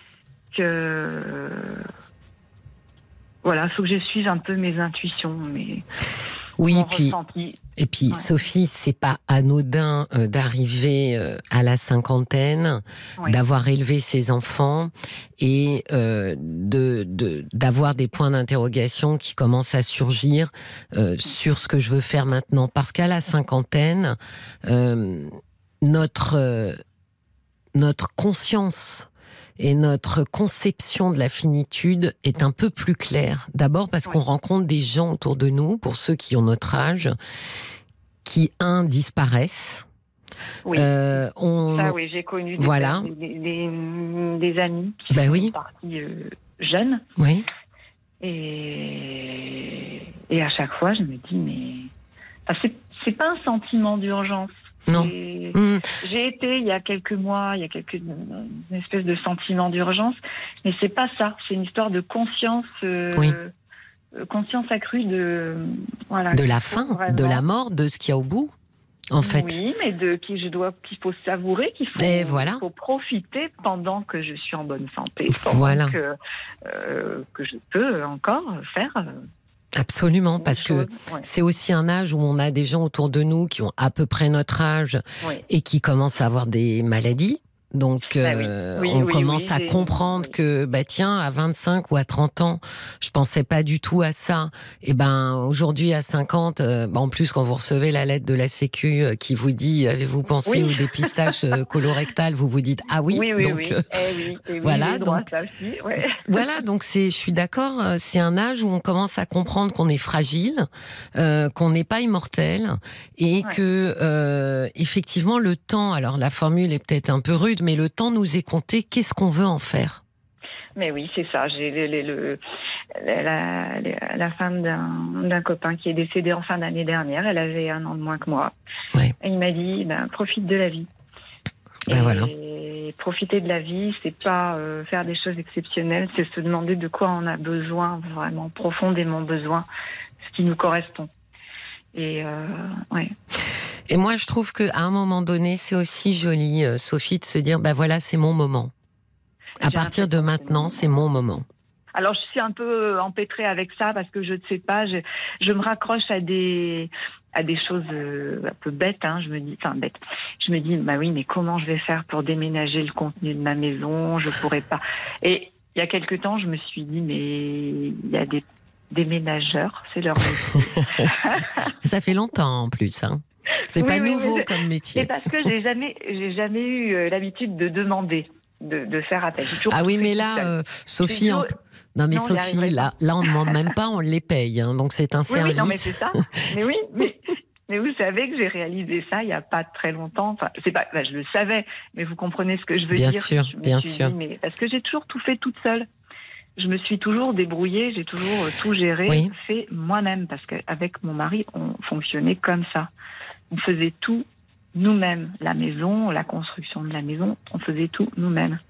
que voilà, il faut que je suive un peu mes intuitions, mes Oui, mon puis ressenti. et puis Ouais. Sophie, c'est pas anodin euh, d'arriver euh, à la cinquantaine, Ouais. d'avoir élevé ses enfants et euh, de, de d'avoir des points d'interrogation qui commencent à surgir euh, sur ce que je veux faire maintenant. Parce qu'à la cinquantaine, euh, notre euh, notre conscience et notre conception de la finitude est un peu plus claire. D'abord parce Oui. qu'on rencontre des gens autour de nous, pour ceux qui ont notre âge, qui, un, disparaissent. Oui. Euh, on... Ça, oui, j'ai connu des, Voilà. des, des, des amis qui Ben sont oui. partis euh, jeunes. Oui, Et, et à chaque fois, je me dis, mais enfin, c'est, c'est pas un sentiment d'urgence. non. C'est- Mmh. J'ai été il y a quelques mois, il y a quelques une espèce de sentiment d'urgence, mais c'est pas ça. C'est une histoire de conscience, euh, Oui. euh, conscience accrue de voilà. De la qu'il faut fin, vraiment- de la mort, de ce qu'il y a au bout, en fait. Oui, mais de qui je dois, qu'il faut savourer, qu'il faut, Et voilà. qu'il faut profiter pendant que je suis en bonne santé, pendant Voilà. que euh, que je peux encore faire. euh, Absolument, des parce que choses. Ouais, c'est aussi un âge où on a des gens autour de nous qui ont à peu près notre âge ouais. et qui commencent à avoir des maladies. Donc, Bah oui. euh, Oui, on oui, commence oui, à j'ai- comprendre oui. que, bah tiens, à vingt-cinq ou à trente ans, je pensais pas du tout à ça. Et ben, aujourd'hui, à cinquante, euh, bah, en plus, quand vous recevez la lettre de la Sécu euh, qui vous dit, avez-vous pensé Oui. au dépistage euh, colorectal, vous vous dites, ah oui. oui, oui, donc, oui. euh, Eh oui, eh oui, voilà, j'ai droit donc- à ça aussi. Ouais. Voilà, donc c'est, je suis d'accord, euh, c'est un âge où on commence à comprendre qu'on est fragile, euh, qu'on n'est pas immortel, et Ouais. que euh, effectivement le temps, alors la formule est peut-être un peu rude, mais le temps nous est compté. Qu'est-ce qu'on veut en faire? Mais oui, c'est ça. J'ai le, le- le- la, la, la femme d'un, d'un copain qui est décédé en fin d'année dernière. Elle avait un an de moins que moi. Ouais. Et il m'a dit, ben, profite de la vie. Ben et voilà. profiter de la vie, c'est pas euh, faire des choses exceptionnelles, c'est se demander de quoi on a besoin, vraiment profondément besoin, ce qui nous correspond. Et euh, ouais. Et moi, je trouve qu'à un moment donné, c'est aussi joli, euh, Sophie, de se dire, bah voilà, c'est mon moment. À J'ai partir de l'impression que maintenant, c'est mon moment. Alors, je suis un peu empêtrée avec ça parce que je ne sais pas, je, je me raccroche à des, à des choses euh, un peu bêtes. Hein, je me dis, enfin bête. Je me dis, bah oui, mais comment je vais faire pour déménager le contenu de ma maison? Je pourrais pas. Et il y a quelque temps, je me suis dit, mais il y a des déménageurs, c'est leur métier. Ça fait longtemps en plus, hein. C'est oui, pas oui, nouveau mais comme métier. C'est parce que j'ai jamais, j'ai jamais eu euh, l'habitude de demander, de, de faire appel. Ah oui, mais là, euh, Sophie, on... non mais non, Sophie, là, là, on ne demande même pas, on les paye, hein, donc c'est un oui, service. Oui, non, mais c'est ça. Mais oui, mais, mais vous savez que j'ai réalisé ça il n'y a pas très longtemps. Enfin, c'est pas, bah, je le savais, mais vous comprenez ce que je veux bien dire. Sûr, bien sûr, dit, mais parce que j'ai toujours tout fait toute seule. Je me suis toujours débrouillée, j'ai toujours tout géré, oui. fait moi-même, parce qu'avec mon mari, on fonctionnait comme ça. On faisait tout nous-mêmes. La maison, la construction de la maison, on faisait tout nous-mêmes.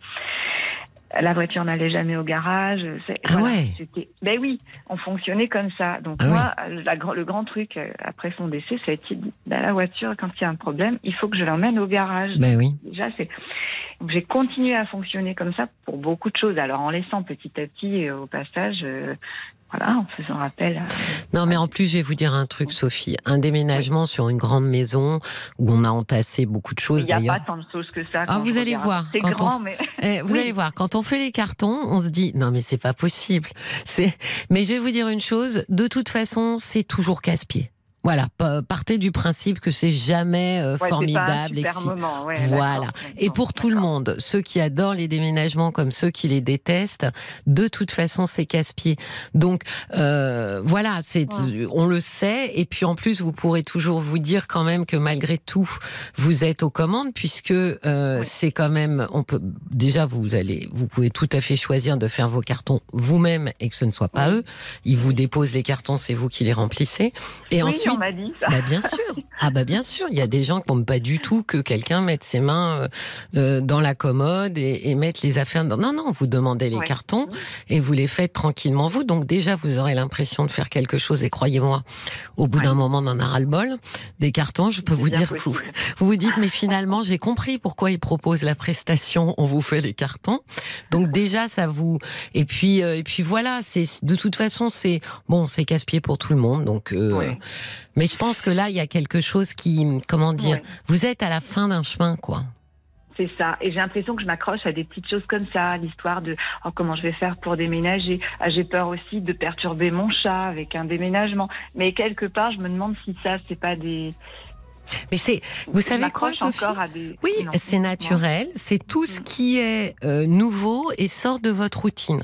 La voiture n'allait jamais au garage. Ah voilà, ouais. C'était... Ben oui, on fonctionnait comme ça. Donc ah moi, oui. la, le grand truc après son décès, ça a été ben, la voiture, quand il y a un problème, il faut que je l'emmène au garage. Ben oui. Déjà, c'est... Donc, j'ai continué à fonctionner comme ça pour beaucoup de choses. Alors en laissant petit à petit, euh, au passage, euh, voilà, en faisant appel à... Non, mais en plus, je vais vous dire un truc, Sophie. Un déménagement oui. sur une grande maison où on a entassé beaucoup de choses, d'ailleurs. Il n'y a pas tant de choses que ça. Ah, vous allez regarde. voir. C'est quand grand, on... mais... eh, vous oui. allez voir. Quand on fait les cartons, on se dit, non, mais c'est pas possible. C'est... Mais je vais vous dire une chose. De toute façon, c'est toujours casse-pied. Voilà, partez du principe que c'est jamais euh, ouais, formidable. C'est pas un super moment, ouais, voilà. Et pour tout le monde, ceux qui adorent les déménagements comme ceux qui les détestent, de toute façon, c'est casse-pied. Donc euh, voilà, c'est, ouais. on le sait. Et puis en plus, vous pourrez toujours vous dire quand même que malgré tout, vous êtes aux commandes, puisque euh, ouais. c'est quand même, on peut déjà vous allez, vous pouvez tout à fait choisir de faire vos cartons vous-même et que ce ne soit pas ouais. eux. Ils vous déposent les cartons, c'est vous qui les remplissez. Et oui, ensuite, on m'a dit ça. Bah bien sûr. Ah bah bien sûr. Il y a des gens qui n'aiment pas du tout que quelqu'un mette ses mains euh, dans la commode et, et mette les affaires dans... Non, non, vous demandez les ouais. cartons et vous les faites tranquillement vous. Donc déjà, vous aurez l'impression de faire quelque chose. Et croyez-moi, au bout ouais. d'un moment, on en a ras-le-bol. Des cartons, je peux C'est vous dire que vous, vous vous dites, mais finalement, j'ai compris pourquoi ils proposent la prestation. On vous fait les cartons. Donc déjà, ça vous... Et puis, euh, et puis voilà, c'est de toute façon, c'est bon, c'est casse-pied pour tout le monde. Donc... Euh, ouais. Mais je pense que là, il y a quelque chose qui, comment dire, ouais. vous êtes à la fin d'un chemin, quoi. C'est ça. Et j'ai l'impression que je m'accroche à des petites choses comme ça, l'histoire de oh, comment je vais faire pour déménager. Ah, j'ai peur aussi de perturber mon chat avec un déménagement. Mais quelque part, je me demande si ça, c'est pas des... Mais c'est, vous savez quoi, Sophie ? Encore à des... Oui, non, c'est naturel. C'est tout ce qui est euh, nouveau et sort de votre routine.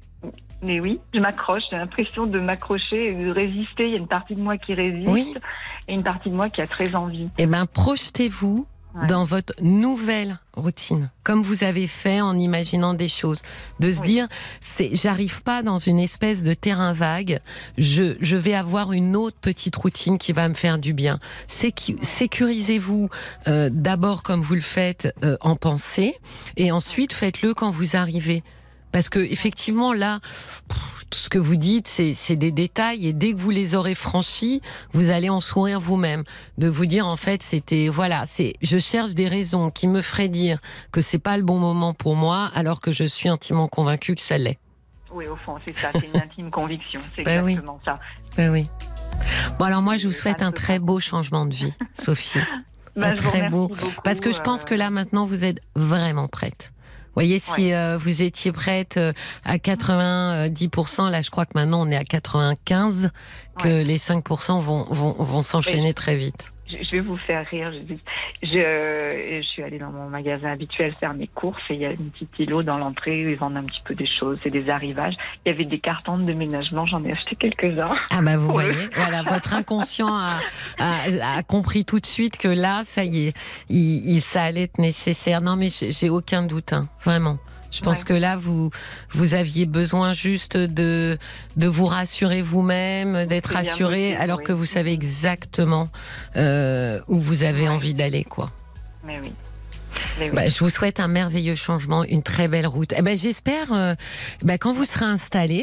Mais oui, je m'accroche, j'ai l'impression de m'accrocher et de résister. Il y a une partie de moi qui résiste oui. et une partie de moi qui a très envie. Eh bien, projetez-vous ouais. dans votre nouvelle routine, comme vous avez fait en imaginant des choses. De se oui. dire, c'est, j'arrive pas dans une espèce de terrain vague, je, je vais avoir une autre petite routine qui va me faire du bien. Sécu- sécurisez-vous euh, d'abord comme vous le faites euh, en pensée, et ensuite faites-le quand vous arrivez. Parce que effectivement là, tout ce que vous dites, c'est, c'est des détails et dès que vous les aurez franchis, vous allez en sourire vous-même. De vous dire en fait, c'était voilà, c'est je cherche des raisons qui me feraient dire que c'est pas le bon moment pour moi, alors que je suis intimement convaincue que ça l'est. Oui, au fond, c'est ça, c'est une intime conviction, c'est ben exactement oui. ça. Ben oui. Bon alors moi, je vous souhaite un très beau changement de vie, Sophie. Ben, un très beau, beaucoup, parce que je pense euh... que là maintenant, vous êtes vraiment prête. Vous voyez, si ouais. euh, vous étiez prête euh, à quatre-vingt-dix pour cent, là je crois que maintenant on est à quatre-vingt-quinze, que ouais. les cinq pour cent vont, vont, vont s'enchaîner Mais, très vite. Je vais vous faire rire. Je, je, je suis allée dans mon magasin habituel faire mes courses et il y a une petite îlot dans l'entrée où ils vendent un petit peu des choses et des arrivages. Il y avait des cartons de déménagement, j'en ai acheté quelques-uns. Ah bah vous voyez, voilà, votre inconscient a, a, a compris tout de suite que là, ça y est, il, il, ça allait être nécessaire. Non mais j'ai, j'ai aucun doute, hein, vraiment. Je pense ouais. que là, vous, vous aviez besoin juste de, de vous rassurer vous-même, d'être rassuré, possible, alors oui. que vous savez exactement euh, où vous avez ouais. envie d'aller, quoi. Mais oui. Mais oui. Bah, je vous souhaite un merveilleux changement, une très belle route. Eh ben, j'espère, euh, bah, quand vous serez installé,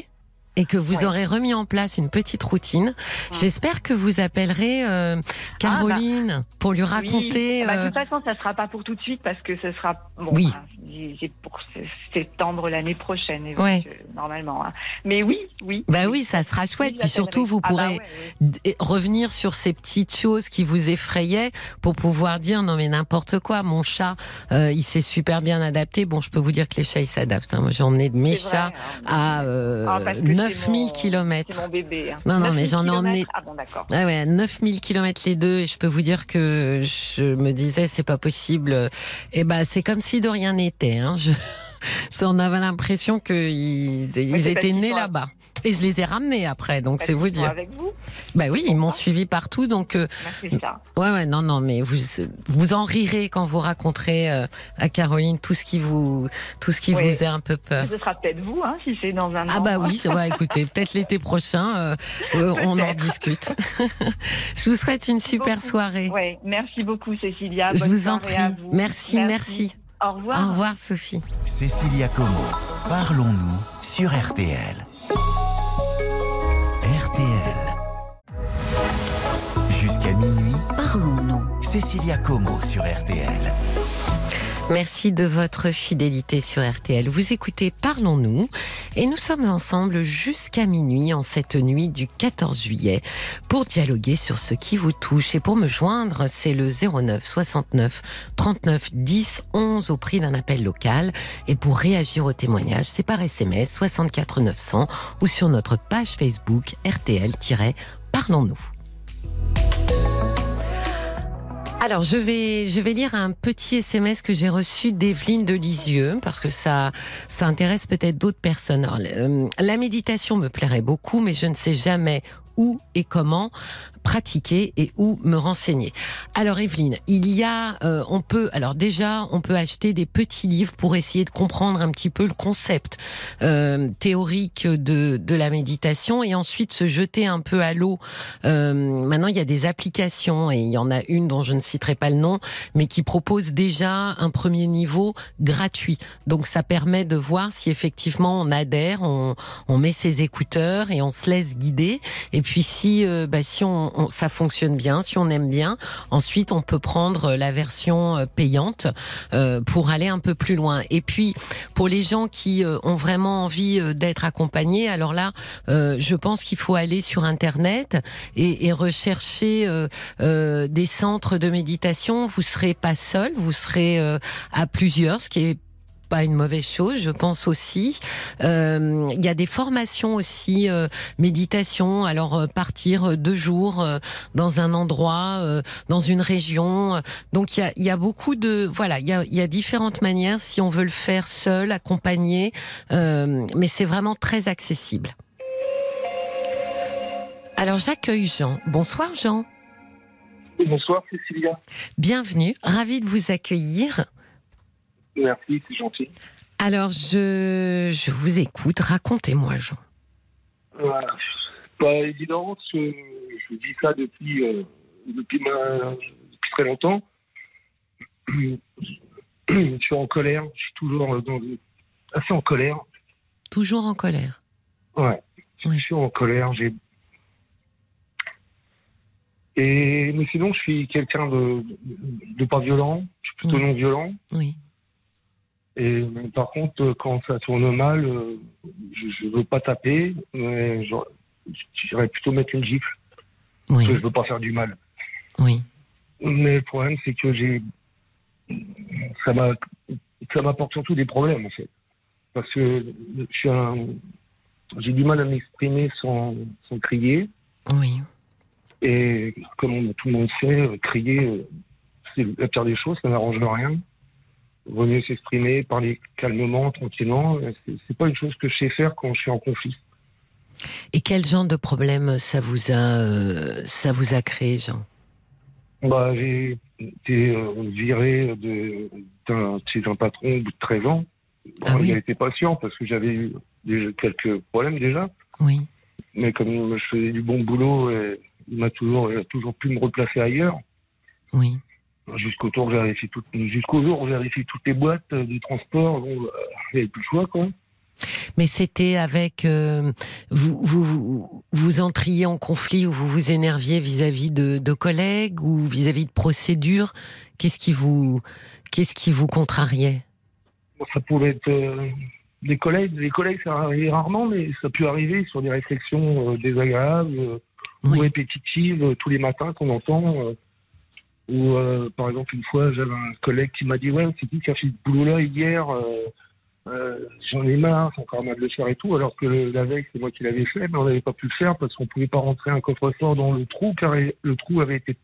et que vous Ouais. aurez remis en place une petite routine. Mmh. J'espère que vous appellerez euh, Caroline ah bah, pour lui raconter. Oui. Bah, euh... de toute façon, ça sera pas pour tout de suite parce que ce sera bon. Oui. Bah, j'ai pour septembre l'année prochaine, et ouais. donc, euh, normalement. Hein. Mais oui, oui. Bah oui, ça sera chouette. Oui, Puis surtout, vous pourrez ah bah ouais, ouais. d- revenir sur ces petites choses qui vous effrayaient pour pouvoir dire non mais n'importe quoi. Mon chat, euh, il s'est super bien adapté. Bon, je peux vous dire que les chats ils s'adaptent. Hein. Moi, j'ai emmené de mes C'est chats vrai, hein. à euh, ah, parce que neuf mille c'est kilomètres. C'est mon bébé. Hein. Non, non, mais j'en ai kilomètres. emmené. Ah bon, d'accord. Ah ouais, neuf mille kilomètres les deux, et je peux vous dire que je me disais c'est pas possible. Et ben c'est comme si de rien n'était. Hein. Je... J'en avais l'impression qu'ils ils étaient nés là-bas. Et je les ai ramenés après, donc c'est vous dire. Avec vous. Bah oui, ils m'ont suivi partout, donc. Euh, Merci ça. Ouais, ouais, non, non, mais vous vous en rirez quand vous raconterez euh, à Caroline tout ce qui vous tout ce qui Oui. vous fait un peu peur. Ce sera peut-être vous, hein, si c'est dans un an. Ah bah oui, ça va. Écoutez, peut-être l'été prochain, euh, euh, on en discute. Je vous souhaite une super beaucoup. soirée. Ouais, merci beaucoup, Cécilia. Je Bonne vous en soirée prie. à vous. Merci, merci. Au revoir. Au revoir, Sophie. Cécilia Como, parlons-nous sur R T L. R T L. Jusqu'à minuit, parlons-nous. Cécilia Como sur R T L. Merci de votre fidélité sur R T L. Vous écoutez Parlons-nous et nous sommes ensemble jusqu'à minuit en cette nuit du quatorze juillet pour dialoguer sur ce qui vous touche. Et pour me joindre, c'est le zéro neuf soixante-neuf trente-neuf dix onze au prix d'un appel local. Et pour réagir au témoignage, c'est par S M S soixante-quatre neuf cents ou sur notre page Facebook R T L-Parlons-nous. Alors, je vais, je vais lire un petit S M S que j'ai reçu d'Evelyne de Lisieux, parce que ça, ça intéresse peut-être d'autres personnes. Alors, euh, la méditation me plairait beaucoup, mais je ne sais jamais où et comment pratiquer et où me renseigner. Alors Evelyne, il y a, euh, on peut, alors déjà, on peut acheter des petits livres pour essayer de comprendre un petit peu le concept euh, théorique de de la méditation et ensuite se jeter un peu à l'eau. Euh, maintenant, il y a des applications et il y en a une dont je ne citerai pas le nom, mais qui propose déjà un premier niveau gratuit. Donc ça permet de voir si effectivement on adhère, on, on met ses écouteurs et on se laisse guider. Et puis si, euh, bah, si on On, ça fonctionne bien, si on aime bien, ensuite on peut prendre la version payante euh, pour aller un peu plus loin. Et puis pour les gens qui euh, ont vraiment envie euh, d'être accompagnés, alors là, euh, je pense qu'il faut aller sur Internet et, et rechercher euh, euh, des centres de méditation. Vous serez pas seul, vous serez euh, à plusieurs, ce qui est pas une mauvaise chose, je pense aussi. Euh, il y a des formations aussi, euh, méditation, alors euh, partir deux jours euh, dans un endroit, euh, dans une région. Donc il y a, il y a beaucoup de... Voilà, il y a, il y a différentes manières si on veut le faire seul, accompagné, euh, mais c'est vraiment très accessible. Alors j'accueille Jean. Bonsoir Jean. Bonsoir Cécilia. Bienvenue, ravie de vous accueillir. Merci, c'est gentil. Alors, je, je vous écoute. Racontez-moi, Jean. Voilà. C'est pas évident, parce que je vous dis ça depuis, euh, depuis, ma, depuis très longtemps. Je suis en colère, je suis toujours dans, assez en colère. Toujours en colère. Ouais, oui. Je suis en colère. J'ai... Et, mais sinon, je suis quelqu'un de, de, de pas violent, je suis plutôt oui. non violent. Oui. Et par contre, quand ça tourne mal, je ne veux pas taper, mais j'irais plutôt mettre une gifle. Oui. Parce que je ne veux pas faire du mal. Oui. Mais le problème, c'est que j'ai, ça m'a, ça m'apporte surtout des problèmes, en fait. Parce que je suis un, j'ai du mal à m'exprimer sans, sans crier. Oui. Et comme tout le monde sait, crier, c'est la pire des choses, ça n'arrange rien. Il vaut mieux s'exprimer, parler calmement, tranquillement. C'est, c'est pas une chose que je sais faire quand je suis en conflit. Et quel genre de problème ça vous a, euh, ça vous a créé, Jean ? Bah, j'ai été euh, viré de, d'un, chez un patron au bout de treize ans. Ah oui. Il a été patient parce que j'avais eu déjà quelques problèmes déjà. Oui. Mais comme je faisais du bon boulot, et il m'a toujours, il a toujours pu me replacer ailleurs. Oui. Jusqu'au jour où je vérifie toutes, jusqu'au jour où je vérifie toutes les boîtes du transport, bon, il n'y avait plus le choix, quoi. Mais c'était avec... Euh, vous, vous, vous entriez en conflit ou vous vous énerviez vis-à-vis de, de collègues ou vis-à-vis de procédures? Qu'est-ce qui vous, qu'est-ce qui vous contrariait? Ça pouvait être euh, des collègues. Des collègues, ça arrive rarement, mais ça peut arriver sur des réflexions euh, désagréables euh, oui. ou répétitives euh, tous les matins qu'on entend. Euh, ou euh, par exemple, une fois, j'avais un collègue qui m'a dit « Ouais, c'est qui qui a fait ce boulot-là hier euh, euh, J'en ai marre, c'est encore mal de le faire et tout. » Alors que le, la veille, c'est moi qui l'avais fait, mais on n'avait pas pu le faire parce qu'on ne pouvait pas rentrer un coffre-fort dans le trou, car le trou avait été,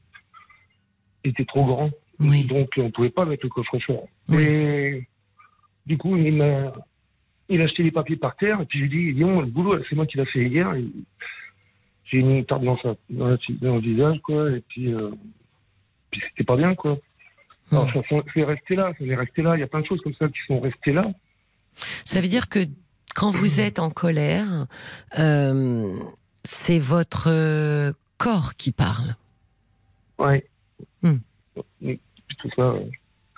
était trop grand. Oui. Donc, on ne pouvait pas mettre le coffre-fort. Oui. Et du coup, il m'a, il a jeté les papiers par terre, et puis je lui ai dit, non, le boulot, c'est moi qui l'ai fait hier. Et j'ai mis une tarte dans, sa, dans, la, dans le visage, quoi, et puis, euh, puis c'était pas bien, quoi. Alors, mmh. ça c'est resté là, ça est resté là. Il y a plein de choses comme ça qui sont restées là. Ça veut dire que quand vous êtes en colère, euh, c'est votre corps qui parle. Ouais. Mmh. Tout ça, ouais.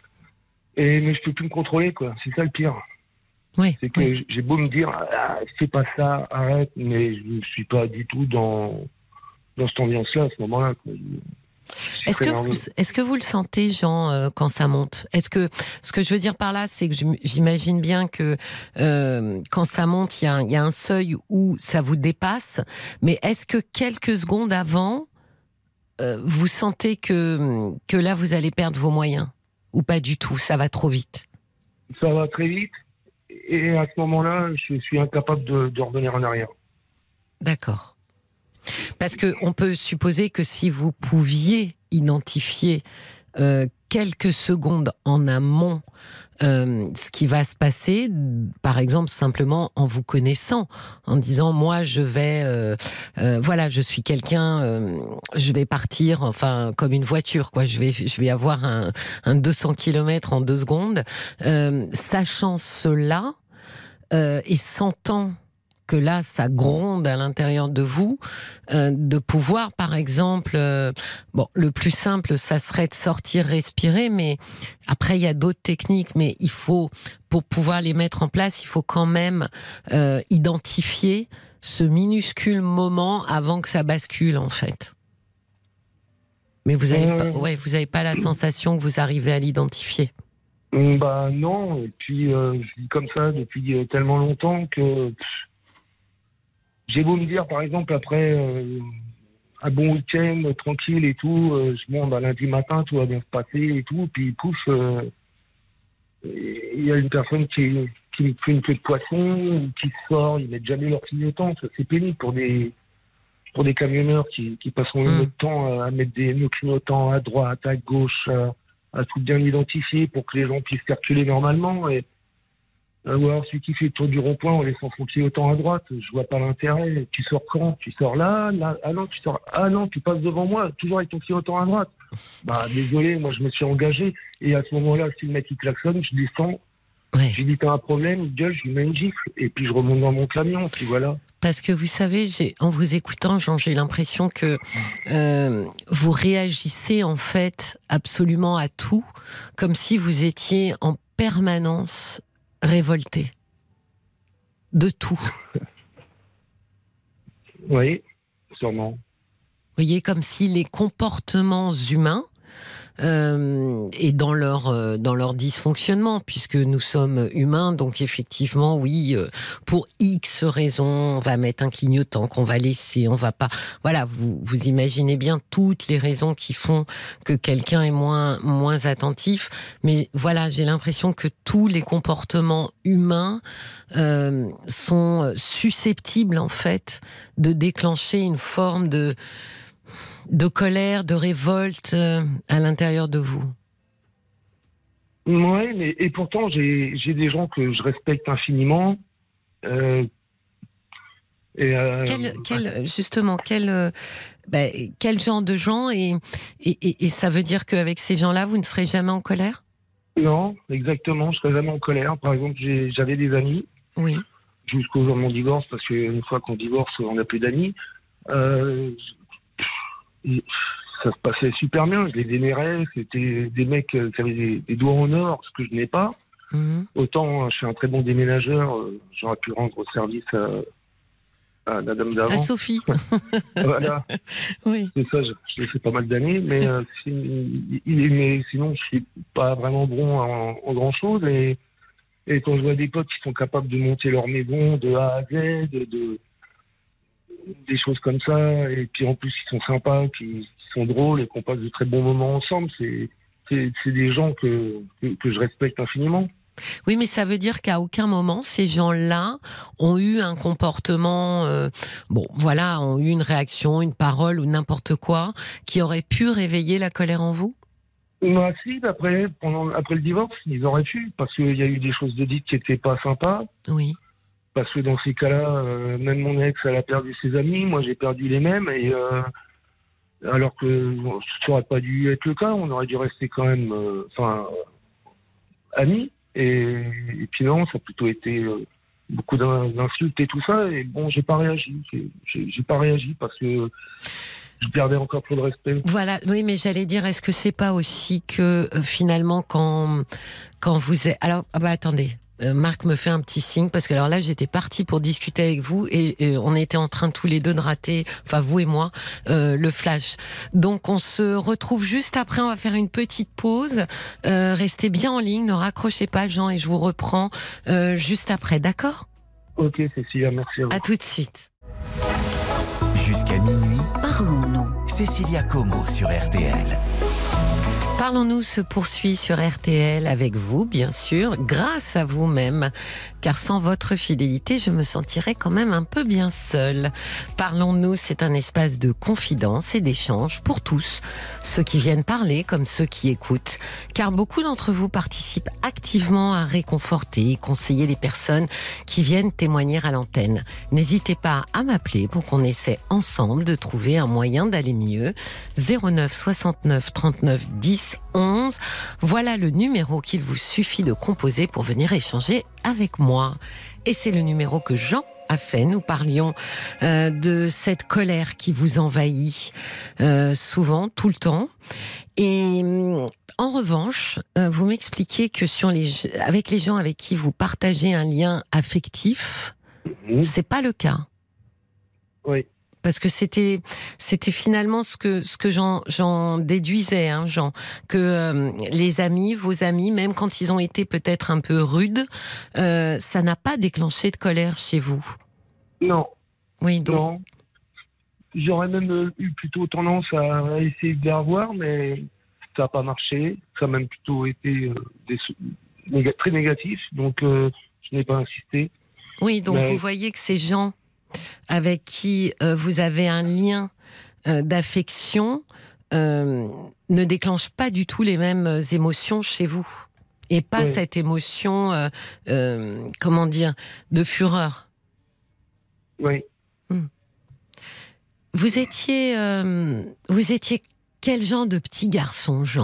Et, mais je peux plus me contrôler, quoi. C'est ça le pire. Oui, c'est que oui. j'ai beau me dire, ah, c'est pas ça, arrête, mais je ne suis pas du tout dans, dans cette ambiance-là, à ce moment-là. Quoi. Est-ce que, vous, est-ce que vous le sentez, Jean, euh, quand ça monte? Est-ce que, ce que je veux dire par là, c'est que j'imagine bien que euh, quand ça monte, il y, y a un seuil où ça vous dépasse, mais est-ce que quelques secondes avant, euh, vous sentez que, que là, vous allez perdre vos moyens? Ou pas du tout, ça va trop vite? Ça va très vite, et à ce moment-là, je suis incapable de, de revenir en arrière. D'accord. Parce qu'on peut supposer que si vous pouviez identifier euh, quelques secondes en amont euh, ce qui va se passer, par exemple simplement en vous connaissant, en disant moi je vais, euh, euh, voilà, je suis quelqu'un, euh, je vais partir, enfin comme une voiture, quoi. Je vais, je vais avoir un, un deux cents kilomètres en deux secondes, euh, sachant cela euh, et sentant que là, ça gronde à l'intérieur de vous, euh, de pouvoir, par exemple, euh, bon, le plus simple, ça serait de sortir, respirer, mais après, il y a d'autres techniques, mais il faut, pour pouvoir les mettre en place, il faut quand même euh, identifier ce minuscule moment avant que ça bascule, en fait. Mais vous n'avez euh... pas, ouais, vous avez pas la sensation que vous arrivez à l'identifier? Bah non, et puis euh, je vis comme ça depuis tellement longtemps que... J'ai beau me dire, par exemple, après euh, un bon week-end, euh, tranquille et tout, euh, bon, bah, lundi matin, tout va bien se passer et tout, puis pouf, euh, il y a une personne qui, qui me fait une queue de poisson, qui sort, ils mettent jamais leur clignotant. C'est pénible pour des, pour des camionneurs qui, qui passeront mmh. notre temps à mettre des nos clignotants à droite, à gauche, à, à tout bien identifier pour que les gens puissent circuler normalement. Et, ou alors celui qui fait le tour du rond-point en laissant son clignotant à droite, je vois pas l'intérêt. Tu sors quand? Tu sors là, là, ah non, tu sors, ah non, tu passes devant moi, toujours avec ton clignotant à droite. Bah désolé, moi je me suis engagé, et à ce moment-là, si le mec il klaxonne, je descends, ouais. Je lui dis t'as un problème, il gueule, je lui mets une gifle, et puis je remonte dans mon camion, puis voilà. Parce que vous savez, j'ai, en vous écoutant, Jean, j'ai l'impression que euh, vous réagissez en fait absolument à tout, comme si vous étiez en permanence révolté de tout. Oui, sûrement. Vous voyez, comme si les comportements humains Euh, et dans leur euh, dans leur dysfonctionnement, puisque nous sommes humains, donc effectivement, oui, euh, pour X raisons, on va mettre un clignotant qu'on va laisser, on va pas. Voilà, vous vous imaginez bien toutes les raisons qui font que quelqu'un est moins moins attentif. Mais voilà, j'ai l'impression que tous les comportements humains euh, sont susceptibles en fait de déclencher une forme de de colère, de révolte euh, à l'intérieur de vous. Oui, mais et pourtant j'ai j'ai des gens que je respecte infiniment. Euh, et euh, quel, quel, justement, quel, euh, bah, quel genre de gens et, et, et, et ça veut dire qu'avec ces gens-là, vous ne serez jamais en colère? Non, exactement, je serai jamais en colère. Par exemple, j'ai, j'avais des amis. Oui. Jusqu'au jour de mon divorce, parce qu'une fois qu'on divorce, on n'a plus d'amis. Euh, ça se passait super bien, je les vénérais, c'était des mecs qui avaient des, des doigts en or, ce que je n'ai pas. Mmh. Autant je suis un très bon déménageur, euh, j'aurais pu rendre service à, à la dame d'avant. À Sophie. Voilà. Oui. C'est ça, je, je l'ai fait pas mal d'années, mais, euh, c'est- il- il- mais sinon je suis pas vraiment bon en, en grand chose. Et, et quand je vois des potes qui sont capables de monter leur maison de A à Z, de, de- des choses comme ça, et puis en plus ils sont sympas, qui, qui sont drôles et qu'on passe de très bons moments ensemble, c'est, c'est, c'est des gens que, que, que je respecte infiniment. Oui, mais ça veut dire qu'à aucun moment, ces gens-là ont eu un comportement, euh, bon, voilà, ont eu une réaction, une parole ou n'importe quoi qui aurait pu réveiller la colère en vous? Bah si, après, pendant, après le divorce, ils auraient pu, parce qu'il y a eu des choses de dites qui étaient pas sympas. Oui. Parce que dans ces cas-là, euh, même mon ex, elle a perdu ses amis, moi j'ai perdu les mêmes, et euh, alors que bon, ça n'aurait pas dû être le cas, on aurait dû rester quand même, euh, enfin, amis. Et, et puis non, ça a plutôt été euh, beaucoup d'in- d'insultes et tout ça. Et bon, j'ai pas réagi. J'ai, j'ai, j'ai pas réagi parce que je perdais encore trop de respect. Voilà, oui, mais j'allais dire, est-ce que c'est pas aussi que euh, finalement quand quand vous êtes, alors ah bah attendez. Euh, Marc me fait un petit signe parce que alors là j'étais partie pour discuter avec vous et, et on était en train tous les deux de rater, enfin vous et moi, euh, le flash. Donc on se retrouve juste après, on va faire une petite pause. Euh, restez bien en ligne, ne raccrochez pas Jean et je vous reprends euh, juste après, d'accord ? Ok, Cécilia, merci à vous. À tout de suite. Jusqu'à minuit, parlons-nous. Cécilia Como sur R T L. Parlons-nous se poursuit sur R T L avec vous, bien sûr, grâce à vous-même, car sans votre fidélité, je me sentirais quand même un peu bien seule. Parlons-nous, c'est un espace de confidence et d'échange pour tous, ceux qui viennent parler comme ceux qui écoutent, car beaucoup d'entre vous participent activement à réconforter et conseiller les personnes qui viennent témoigner à l'antenne. N'hésitez pas à m'appeler pour qu'on essaie ensemble de trouver un moyen d'aller mieux. zéro neuf soixante-neuf trente-neuf dix onze. Voilà le numéro qu'il vous suffit de composer pour venir échanger avec moi. Et c'est le numéro que Jean a fait. Nous parlions euh, de cette colère qui vous envahit euh, souvent, tout le temps. Et euh, en revanche, euh, vous m'expliquez que sur les, avec les gens avec qui vous partagez un lien affectif, Mmh. c'est pas le cas. Oui. Parce que c'était, c'était finalement ce que, ce que j'en, j'en déduisais, hein, Jean, que euh, les amis, vos amis, même quand ils ont été peut-être un peu rudes, euh, ça n'a pas déclenché de colère chez vous. Non. Oui, donc. Non. J'aurais même euh, eu plutôt tendance à essayer de les revoir, mais ça n'a pas marché. Ça a même plutôt été euh, des, néga- très négatif, donc euh, je n'ai pas insisté. Oui, donc mais... vous voyez que ces gens avec qui euh, vous avez un lien euh, d'affection euh, ne déclenchent pas du tout les mêmes euh, émotions chez vous. Et pas oui. cette émotion, euh, euh, comment dire, de fureur. Oui. Hmm. Vous étiez, euh, vous étiez quel genre de petit garçon, Jean ?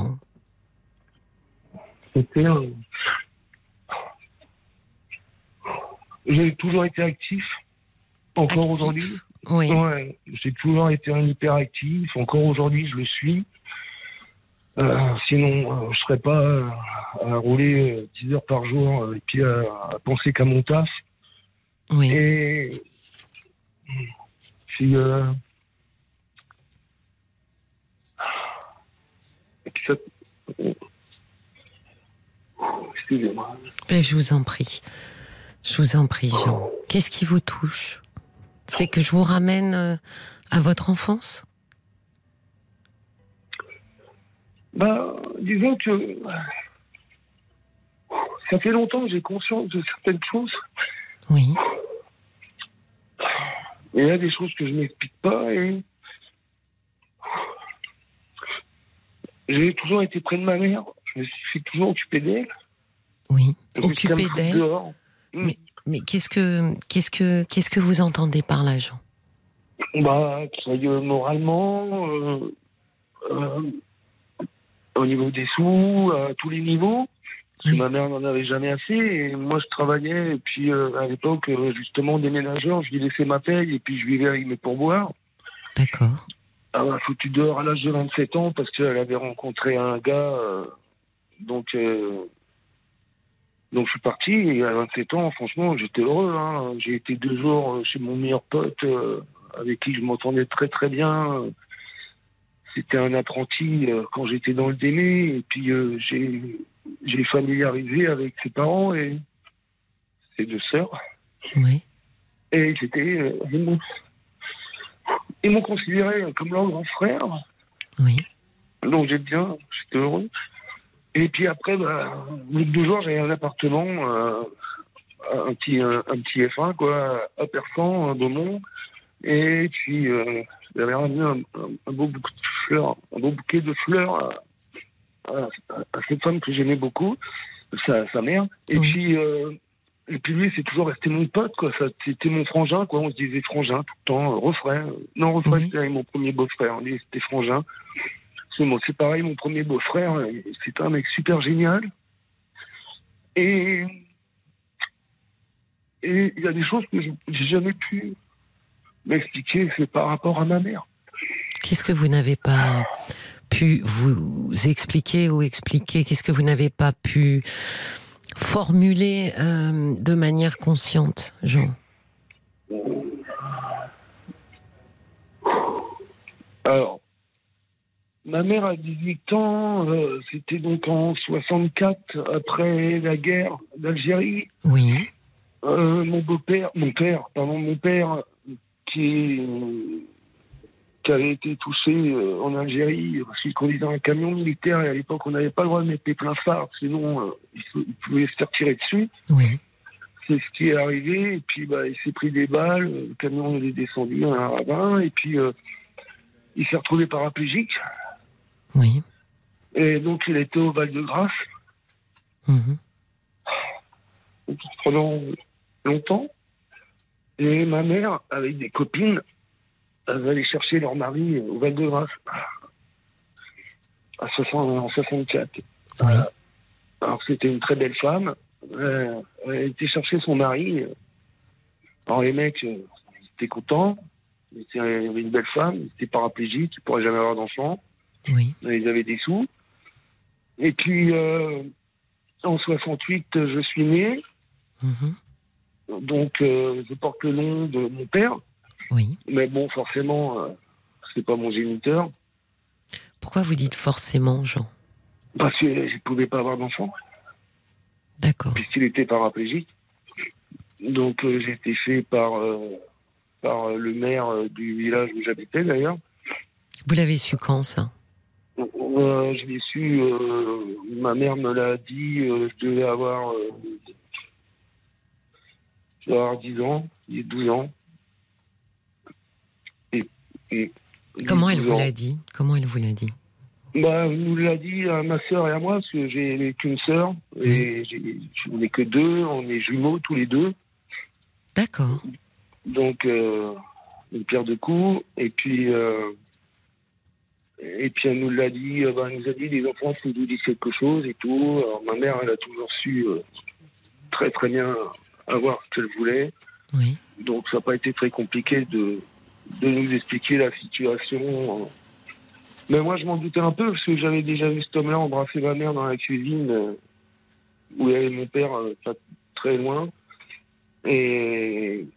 C'était un... J'ai toujours été actif. Encore Actif. aujourd'hui. Oui. Ouais, j'ai toujours été un hyperactif. Encore aujourd'hui, je le suis. Euh, sinon, euh, je serais pas euh, à rouler euh, dix heures par jour euh, et puis à, à penser qu'à mon taf. Oui. Et puis, euh, et puis ça... Excusez-moi. Ben, je vous en prie. Je vous en prie, Jean. Qu'est-ce qui vous touche ? C'est que je vous ramène euh, à votre enfance ? Bah, disons que ça fait longtemps que j'ai conscience de certaines choses. Oui. Et il y a des choses que je m'explique pas. Et j'ai toujours été près de ma mère. Je me suis toujours occupé d'elle. Oui. Jusqu'à me Occupé foutre d'elle. dehors. Mais, mais qu'est-ce que qu'est-ce que qu'est-ce que vous entendez par là, Jean ? Bah, que ça aille moralement, euh, euh, au niveau des sous, à tous les niveaux. Parce Oui. que ma mère n'en avait jamais assez. Et moi, je travaillais. Et puis, euh, à l'époque, euh, justement, déménageur, je lui laissais ma paye. Et puis, je vivais avec mes pourboires. D'accord. Elle m'a foutu dehors à l'âge de vingt-sept ans parce qu'elle avait rencontré un gars. Euh, donc, euh, Donc je suis parti et à vingt-sept ans, franchement, j'étais heureux. Hein. J'ai été deux jours chez mon meilleur pote euh, avec qui je m'entendais très très bien. C'était un apprenti euh, quand j'étais dans le Démé et puis euh, j'ai, j'ai familiarisé avec ses parents et ses deux sœurs. Oui. Et j'étais... Euh, ils, m'ont, ils m'ont considéré comme leur grand frère. Oui. Donc j'étais bien, j'étais heureux. Et puis après, bah, au bout de deux jours, j'avais un appartement, euh, un, petit, un, un petit F un, quoi, à Persan, à Beaumont. Et puis, euh, j'avais ramené un, un, un beau bouquet de fleurs, un beau bouquet de fleurs à, à, à cette femme que j'aimais beaucoup, sa, sa mère. Et oui. puis, euh, et puis lui, c'est toujours resté mon pote, quoi. Ça, c'était mon frangin, quoi. On se disait frangin tout le temps, euh, refrain. Non, refrain, oui. C'était mon premier beau-frère. Lui, c'était frangin. C'est, bon, c'est pareil, mon premier beau-frère, c'était un mec super génial. Et et il y a des choses que je, j'ai jamais pu m'expliquer, c'est par rapport à ma mère. Qu'est-ce que vous n'avez pas pu vous expliquer ou expliquer? Qu'est-ce que vous n'avez pas pu formuler euh, de manière consciente, Jean? Alors, ma mère a dix-huit ans, euh, c'était donc en soixante-quatre, après la guerre d'Algérie. Oui. Euh, mon beau-père, mon père, pardon, mon père, qui, euh, qui avait été touché euh, en Algérie, parce qu'il conduisait un camion militaire, et à l'époque, on n'avait pas le droit de mettre les pleins phares, sinon, euh, il, il pouvait se faire tirer dessus. Oui. C'est ce qui est arrivé, et puis, bah, il s'est pris des balles, le camion il est descendu dans un ravin, et puis, euh, il s'est retrouvé paraplégique. Oui. Et donc, il était au Val-de-Grâce. Mmh. Pendant longtemps. Et ma mère, avec des copines, elles allaient chercher leur mari au Val-de-Grâce. À soixante, en soixante-quatre. Oui. Euh, alors, c'était une très belle femme. Euh, elle était chercher son mari. Alors, les mecs, ils étaient contents. Il y avait une belle femme. Ils étaient paraplégiques. Ils ne pourraient jamais avoir d'enfants. Oui. Ils avaient des sous. Et puis, euh, en soixante-huit, je suis né. Mmh. Donc, euh, je porte le nom de mon père. Oui. Mais bon, forcément, euh, c'est pas mon géniteur. Pourquoi vous dites forcément, Jean? Parce que je ne pouvais pas avoir d'enfant. D'accord. Puisqu'il était paraplégique. Donc, euh, j'ai été fait par, euh, par le maire euh, du village où j'habitais, d'ailleurs. Vous l'avez su quand, ça? Euh, je l'ai su, euh, ma mère me l'a dit, euh, je devais avoir, euh, je devais avoir dix ans, douze ans. Et, et, Comment elle vous l'a dit? Comment elle vous l'a dit? Bah, elle nous l'a dit à ma sœur et à moi, parce que j'ai qu'une sœur, et j'ai, on n'est que deux, on est jumeaux tous les deux. D'accord. Donc, euh, une pierre deux coups, et puis... Euh, Et puis elle nous l'a dit, euh, bah, elle nous a dit, les enfants, il faut nous dire quelque chose et tout. Alors ma mère, elle a toujours su euh, très très bien avoir ce qu'elle voulait. Oui. Donc ça n'a pas été très compliqué de, de nous expliquer la situation. Mais moi, je m'en doutais un peu, parce que j'avais déjà vu cet homme-là embrasser ma mère dans la cuisine, euh, où il y avait mon père, euh, pas très loin. Et,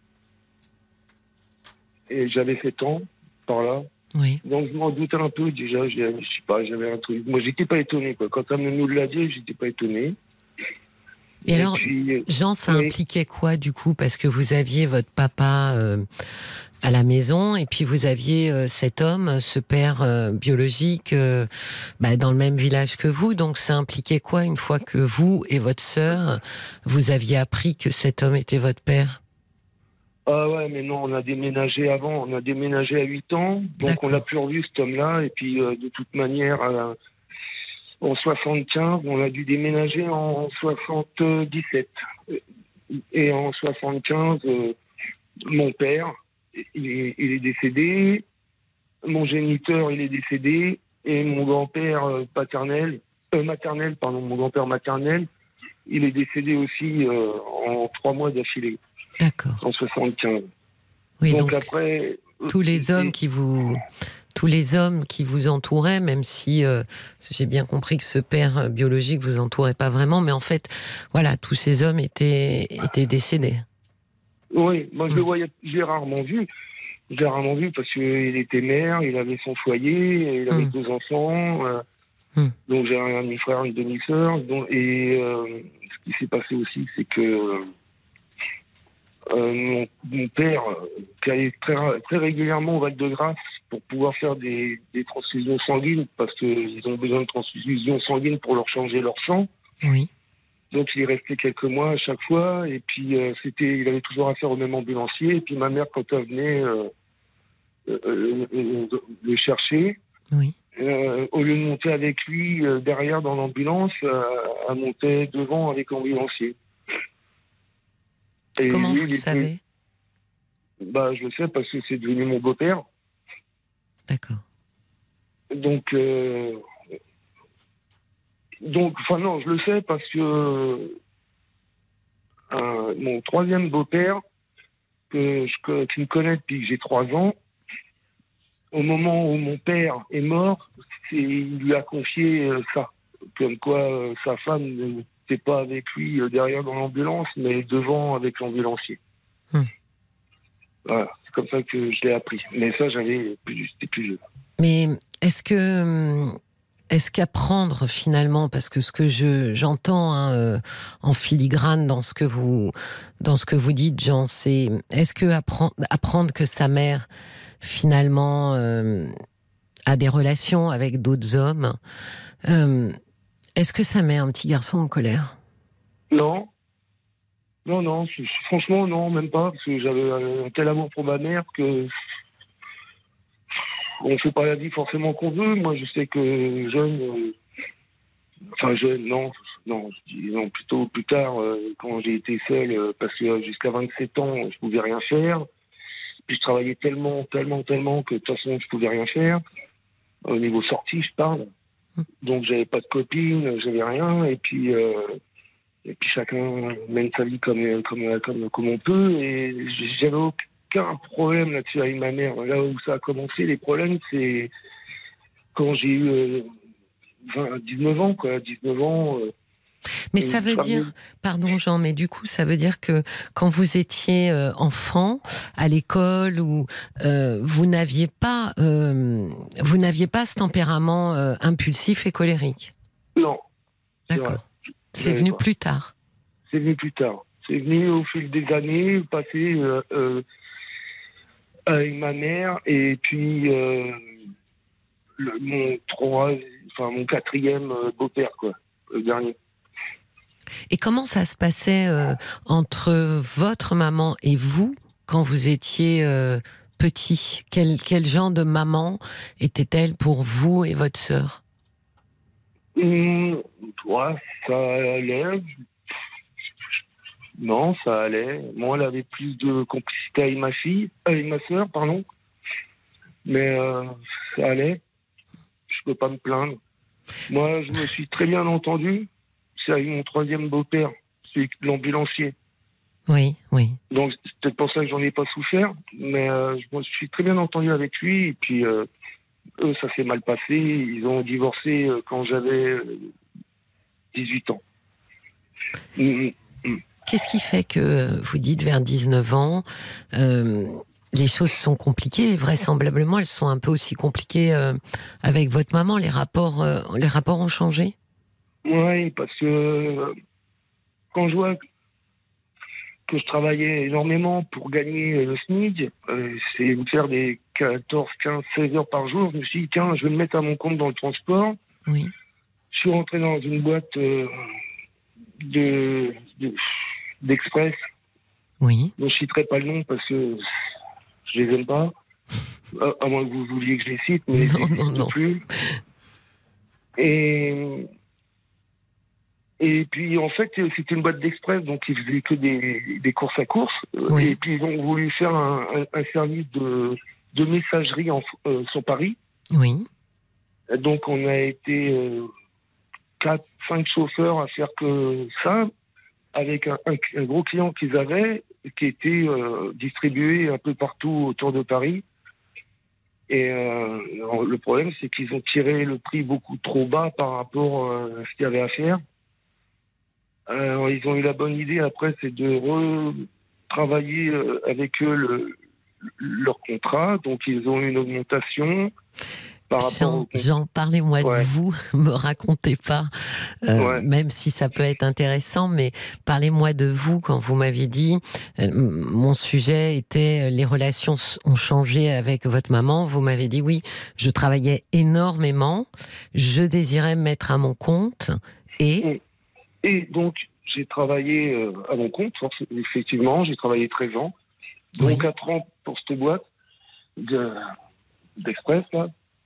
et j'avais sept ans, par là. Oui. Donc je m'en doutais un peu déjà, je sais pas, j'avais un truc. Moi j'étais pas étonné, quoi. Quand elle nous l'a dit, j'étais pas étonné. Et, Et alors, puis, Jean, ça oui. impliquait quoi du coup? Parce que vous aviez votre papa euh, à la maison, et puis vous aviez euh, cet homme, ce père euh, biologique, euh, bah, dans le même village que vous. Donc ça impliquait quoi une fois que vous et votre sœur, vous aviez appris que cet homme était votre père? Ah ouais, mais non, on a déménagé avant, on a déménagé à huit ans, donc D'accord. On l'a plus revu cet homme-là, et puis euh, de toute manière, euh, en soixante-quinze, on a dû déménager en soixante-dix-sept. Et en soixante-quinze, euh, mon père, il est, il est décédé, mon géniteur, il est décédé, et mon grand-père paternel, euh, maternel, pardon, mon grand-père maternel, il est décédé aussi euh, en trois mois d'affilée. D'accord. En soixante-quinze. Oui, donc, donc après, tous les hommes qui vous tous les hommes qui vous entouraient, même si euh, j'ai bien compris que ce père biologique vous entourait pas vraiment, mais en fait, voilà, tous ces hommes étaient, étaient décédés. Oui, moi je mmh. le voyais, je l'ai rarement vu. Je l'ai rarement vu parce qu'il était maire, il avait son foyer, il avait mmh. deux enfants. Euh, mmh. Donc j'ai un demi-frère, une demi-sœur. Donc, et euh, ce qui s'est passé aussi, c'est que euh, mon, mon père, qui allait très, très régulièrement au Val-de-Grâce pour pouvoir faire des, des transfusions sanguines, parce qu'ils ont besoin de transfusions sanguines pour leur changer leur sang. Oui. Donc il est resté quelques mois à chaque fois, et puis euh, c'était, il avait toujours affaire au même ambulancier. Et puis ma mère, quand elle venait euh, euh, euh, euh, le chercher, oui. euh, au lieu de monter avec lui euh, derrière dans l'ambulance, euh, elle montait devant avec l'ambulancier. Et comment lui, vous le savez? Bah, je le sais parce que c'est devenu mon beau-père. D'accord. Donc, euh, donc, enfin non, je le sais parce que euh, mon troisième beau-père, que je, que, qui me connaît depuis que j'ai trois ans, au moment où mon père est mort, c'est, il lui a confié euh, ça, comme quoi euh, sa femme n'était pas avec lui euh, derrière dans l'ambulance, mais devant avec l'ambulancier. Hum. Voilà, c'est comme ça que je l'ai appris. Mais ça, j'avais plus, j'étais plus jeune. Mais est-ce que, est-ce qu'apprendre finalement, parce que ce que je j'entends hein, euh, en filigrane dans ce que vous dans ce que vous dites, Jean, c'est est-ce que apprendre, apprendre que sa mère finalement euh, a des relations avec d'autres hommes, euh, est-ce que ça met un petit garçon en colère? Non. Non, non, franchement, non, même pas, parce que j'avais un tel amour pour ma mère que on ne fait pas la vie forcément qu'on veut. Moi, je sais que jeune, euh, enfin jeune, non, non, je dis non, plutôt plus tard, euh, quand j'ai été seul, euh, parce que euh, jusqu'à vingt-sept ans, je pouvais rien faire. Puis je travaillais tellement, tellement, tellement que de toute façon, je pouvais rien faire. Au niveau sortie, je parle. Donc, j'avais pas de copine, j'avais rien, et puis. Euh, Et puis chacun mène sa vie comme, comme, comme, comme on peut. Et j'avais aucun problème là-dessus avec ma mère. Là où ça a commencé, les problèmes, c'est quand j'ai eu euh, vingt, dix-neuf ans, quoi. dix-neuf ans. Euh, mais ça veut dire, de... pardon Jean, mais du coup, ça veut dire que quand vous étiez euh, enfant, à l'école, où euh, vous n'aviez pas, euh, vous n'aviez pas ce tempérament euh, impulsif et colérique. Non. D'accord. C'est venu plus tard. C'est venu plus tard. C'est venu au fil des années, passer euh, euh, avec ma mère et puis euh, le, mon trois, enfin mon quatrième euh, beau-père, quoi, le dernier. Et comment ça se passait euh, entre votre maman et vous quand vous étiez euh, petit? Quel, quel genre de maman était-elle pour vous et votre sœur? Mmh, ouais, ça allait. Non, ça allait. Moi, elle avait plus de complicité avec ma fille, avec ma sœur, pardon. Mais euh, ça allait. Je peux pas me plaindre. Moi, je me suis très bien entendu. C'est avec mon troisième beau-père, c'est l'ambulancier. Oui, oui. Donc, c'est peut-être pour ça que j'en ai pas souffert. Mais euh, je me suis très bien entendu avec lui. Et puis... Euh, eux, ça s'est mal passé. Ils ont divorcé quand j'avais dix-huit ans. Mmh, mmh. Qu'est-ce qui fait que vous dites vers dix-neuf ans, euh, les choses sont compliquées et vraisemblablement elles sont un peu aussi compliquées euh, avec votre maman. Les rapports, euh, les rapports ont changé? Oui, parce que euh, quand je vois que je travaillais énormément pour gagner le SMIC, euh, c'est me faire des quatorze, quinze, seize heures par jour. Je me suis dit, tiens, je vais me mettre à mon compte dans le transport. Oui. Je suis rentré dans une boîte euh, de, de, d'express. Oui. Je ne citerai pas le nom parce que je les aime pas. À, à moins que vous vouliez que je les cite, mais non, je non, non. plus. Et... Et puis, en fait, c'était une boîte d'express, donc ils faisaient que des, des courses à course. Oui. Et puis, ils ont voulu faire un, un, un service de, de messagerie en, euh, sur Paris. Oui. Donc, on a été euh, quatre, cinq chauffeurs à faire que ça, avec un, un, un gros client qu'ils avaient, qui était euh, distribué un peu partout autour de Paris. Et euh, alors, le problème, c'est qu'ils ont tiré le prix beaucoup trop bas par rapport euh, à ce qu'il y avait à faire. Alors, ils ont eu la bonne idée, après, c'est de retravailler euh, avec eux le, leur contrat. Donc, ils ont eu une augmentation par rapport Jean, au... Jean, parlez-moi Ouais. de vous, me racontez pas, euh, Ouais. même si ça peut être intéressant, mais parlez-moi de vous quand vous m'aviez dit, euh, mon sujet était les relations ont changé avec votre maman, vous m'avez dit oui, je travaillais énormément, je désirais me mettre à mon compte et... Et donc, j'ai travaillé euh, à mon compte, effectivement, j'ai travaillé treize ans, dont Oui. quatre ans pour cette boîte de, d'Express, là.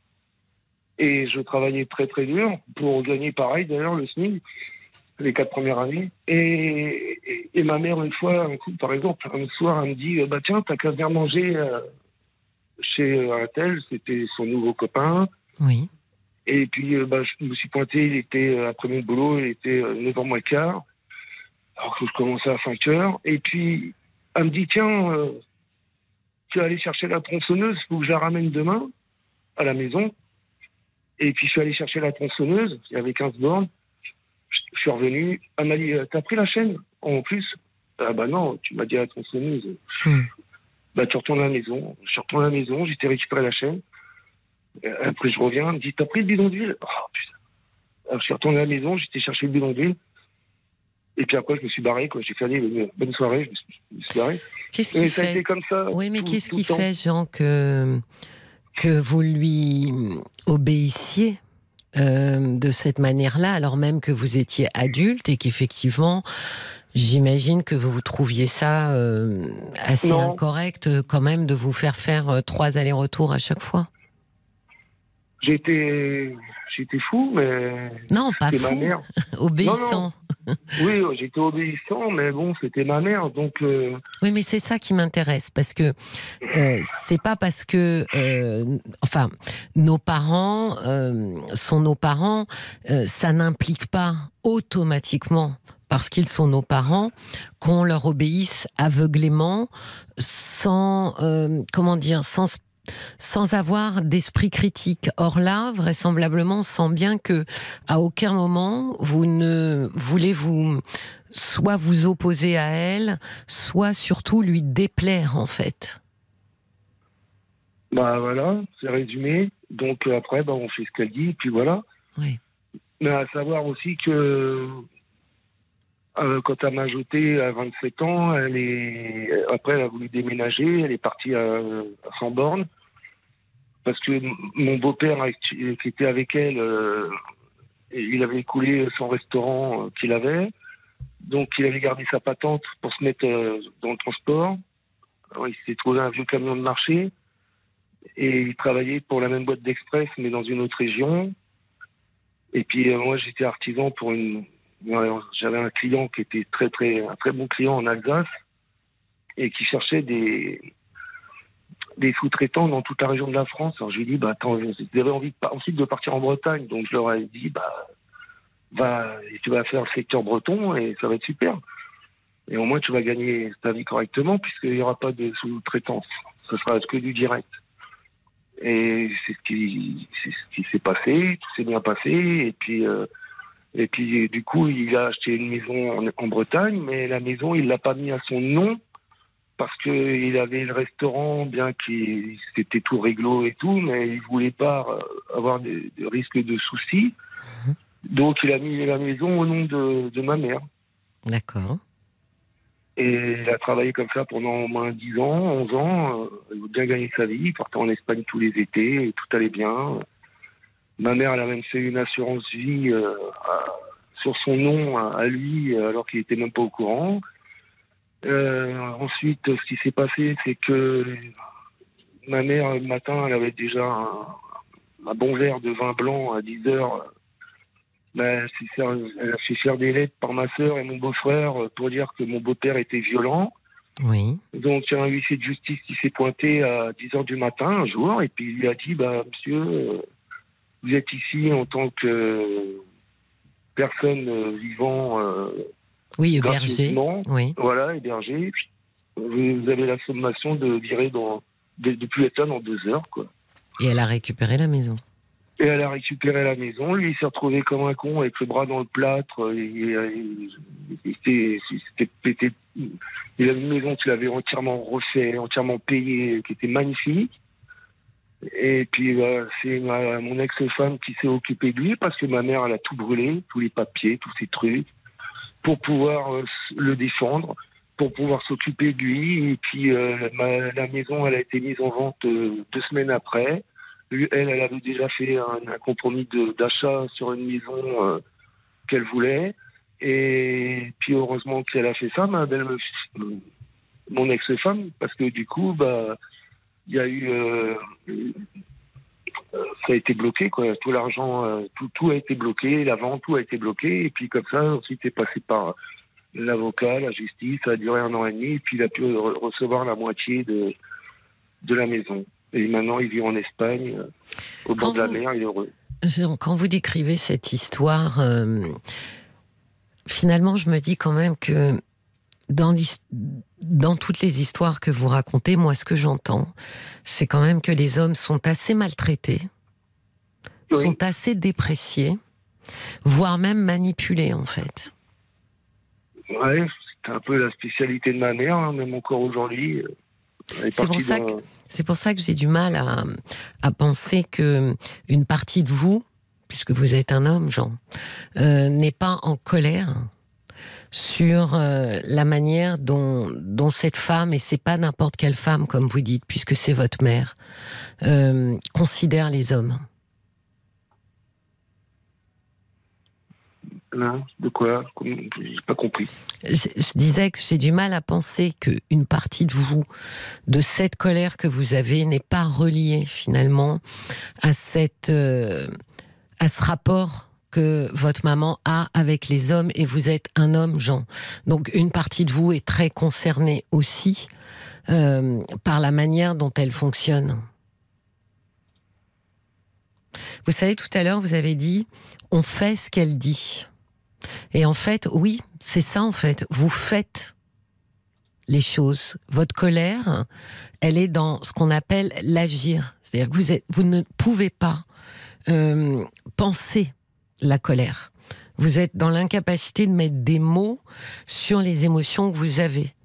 Et je travaillais très très dur pour gagner pareil, d'ailleurs, le SMIC, les quatre premières années. Et, et, et ma mère, une fois, un coup, par exemple, un soir, elle me dit, bah tiens, t'as qu'à venir manger euh, chez un tel, c'était son nouveau copain. Oui. Et puis, euh, bah, je me suis pointé, il était, euh, après mon boulot, il était euh, neuf heures moins le quart, alors que je commençais à cinq heures. Et puis, elle me dit, tiens, euh, tu vas aller chercher la tronçonneuse, il faut que je la ramène demain à la maison. Et puis, je suis allé chercher la tronçonneuse, il y avait quinze bornes. Je suis revenu, elle m'a dit, t'as pris la chaîne en plus? Ah bah non, tu m'as dit la tronçonneuse. Hmm. Bah, tu retournes à la maison. Je suis retourné à la maison, j'étais récupéré la chaîne. Après, je reviens, elle me dit, t'as pris le bidon d'huile? Oh, putain. Alors, je suis retourné à la maison, j'étais chercher le bidon d'huile. Et puis après, je me suis barré, quoi. J'ai fait, allez, bonne soirée, je me suis, je me suis barré. Qu'est-ce Et qui ça a fait... été comme ça. Oui, mais tout, qu'est-ce tout qui le temps. fait, Jean, que, que vous lui obéissiez euh, de cette manière-là, alors même que vous étiez adulte et qu'effectivement, j'imagine que vous vous trouviez ça euh, assez Non. incorrect euh, quand même de vous faire faire euh, trois allers-retours à chaque fois? J'étais, j'étais fou, mais. Non, pas c'était fou, ma mère. obéissant. Non, Oui, j'étais obéissant, mais bon, c'était ma mère, donc. Euh... Oui, mais c'est ça qui m'intéresse, parce que euh, c'est pas parce que, euh, enfin, nos parents euh, sont nos parents, euh, ça n'implique pas automatiquement, parce qu'ils sont nos parents, qu'on leur obéisse aveuglément, sans, euh, comment dire, sans sans avoir d'esprit critique. Or là, vraisemblablement, on sent bien que à aucun moment vous ne voulez vous soit vous opposer à elle, soit surtout lui déplaire en fait. Bah voilà, c'est résumé. Donc euh, après, bah, on fait ce qu'elle dit, et puis voilà. Oui. Mais à savoir aussi que euh, quand elle m'a jeté à vingt-sept ans, elle est après elle a voulu déménager, elle est partie à, à cent bornes. Parce que mon beau-père qui était avec elle, euh, il avait écoulé son restaurant qu'il avait. Donc il avait gardé sa patente pour se mettre euh, dans le transport. Alors, il s'est trouvé un vieux camion de marché. Et il travaillait pour la même boîte d'Express, mais dans une autre région. Et puis euh, moi j'étais artisan pour une... J'avais un client qui était très, très, un très bon client en Alsace et qui cherchait des... des sous-traitants dans toute la région de la France. Alors je lui ai dit, bah attends, j'avais envie de, ensuite de partir en Bretagne, donc je leur ai dit, bah, va, tu vas faire le secteur breton et ça va être super. Et au moins tu vas gagner ta vie correctement puisqu'il n'y aura pas de sous-traitance. Ce sera que du direct. Et c'est ce qui, c'est ce qui s'est passé, tout s'est bien passé. Et puis, euh, et puis du coup, il a acheté une maison en, en Bretagne, mais la maison, il l'a pas mis à son nom. Parce qu'il avait le restaurant, bien qu'il c'était tout réglo et tout, mais il voulait pas avoir des, des risques de soucis. Mmh. Donc il a mis la maison au nom de, de ma mère. D'accord. Et il a travaillé comme ça pendant au moins dix ans, onze ans. Il a bien gagné sa vie, il partait en Espagne tous les étés, et tout allait bien. Ma mère, elle a même fait une assurance vie euh, à, sur son nom à, à lui, alors qu'il était même pas au courant. Euh, ensuite, ce qui s'est passé, c'est que ma mère, le matin, elle avait déjà un, un bon verre de vin blanc à dix heures. Ben, elle a fait faire des lettres par ma sœur et mon beau-frère pour dire que mon beau-père était violent. Oui. Donc, il y a un huissier de justice qui s'est pointé à dix heures du matin un jour et puis il lui a dit, bah, monsieur, vous êtes ici en tant que personne vivant... Euh, Oui, hébergé. Oui. Voilà, hébergé. Vous avez la sommation de virer dans, de, de plus être là dans deux heures, quoi. Et elle a récupéré la maison. Et elle a récupéré la maison. Lui, il s'est retrouvé comme un con avec le bras dans le plâtre. Il s'était pété. Il avait une maison qu'il avait entièrement refait, entièrement payée, qui était magnifique. Et puis, bah, c'est ma, mon ex-femme qui s'est occupée de lui parce que ma mère, elle a tout brûlé, tous les papiers, tous ces trucs, pour pouvoir euh, le défendre, pour pouvoir s'occuper de lui. Et puis, euh, ma, la maison, elle a été mise en vente euh, deux semaines après. Elle, elle avait déjà fait un, un compromis de, d'achat sur une maison euh, qu'elle voulait. Et puis, heureusement qu'elle a fait ça, ma belle, mon ex-femme, parce que du coup, bah, il y a eu, euh, ça a été bloqué, quoi. Tout l'argent, euh, tout, tout a été bloqué, la vente, tout a été bloqué. Et puis, comme ça, ensuite, c'est passé par l'avocat, la justice. Ça a duré un an et demi. Et puis, il a pu re- recevoir la moitié de, de la maison. Et maintenant, il vit en Espagne, euh, au bord de la mer, il est heureux. Quand vous décrivez cette histoire, euh, finalement, je me dis quand même que dans, dans toutes les histoires que vous racontez, moi, ce que j'entends, c'est quand même que les hommes sont assez maltraités, oui. sont assez dépréciés, voire même manipulés, en fait. Ouais, c'est un peu la spécialité de ma mère, hein, même encore aujourd'hui. C'est pour, ça que, c'est pour ça que j'ai du mal à, à penser qu'une partie de vous, puisque vous êtes un homme, Jean, euh, n'est pas en colère sur euh, la manière dont, dont cette femme, et c'est pas n'importe quelle femme, comme vous dites, puisque c'est votre mère, euh, considère les hommes. Là, de quoi ? J'ai pas compris. Je, je disais que j'ai du mal à penser qu'une partie de vous, de cette colère que vous avez, n'est pas reliée finalement à cette, euh, à ce rapport que votre maman a avec les hommes, et vous êtes un homme, Jean. Donc une partie de vous est très concernée aussi euh, par la manière dont elle fonctionne. Vous savez, tout à l'heure, vous avez dit « on fait ce qu'elle dit ». Et en fait, oui, c'est ça en fait. Vous faites les choses. Votre colère, elle est dans ce qu'on appelle l'agir. C'est-à-dire que vous, êtes, vous ne pouvez pas euh, penser la colère. Vous êtes dans l'incapacité de mettre des mots sur les émotions que vous avez.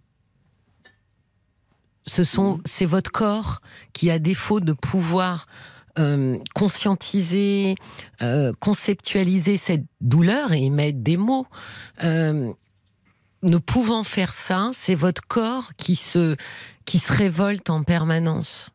Ce sont, c'est votre corps qui, à défaut de pouvoir Euh, conscientiser, euh, conceptualiser cette douleur et y mettre des mots. Euh, ne pouvant faire ça, c'est votre corps qui se, qui se révolte en permanence.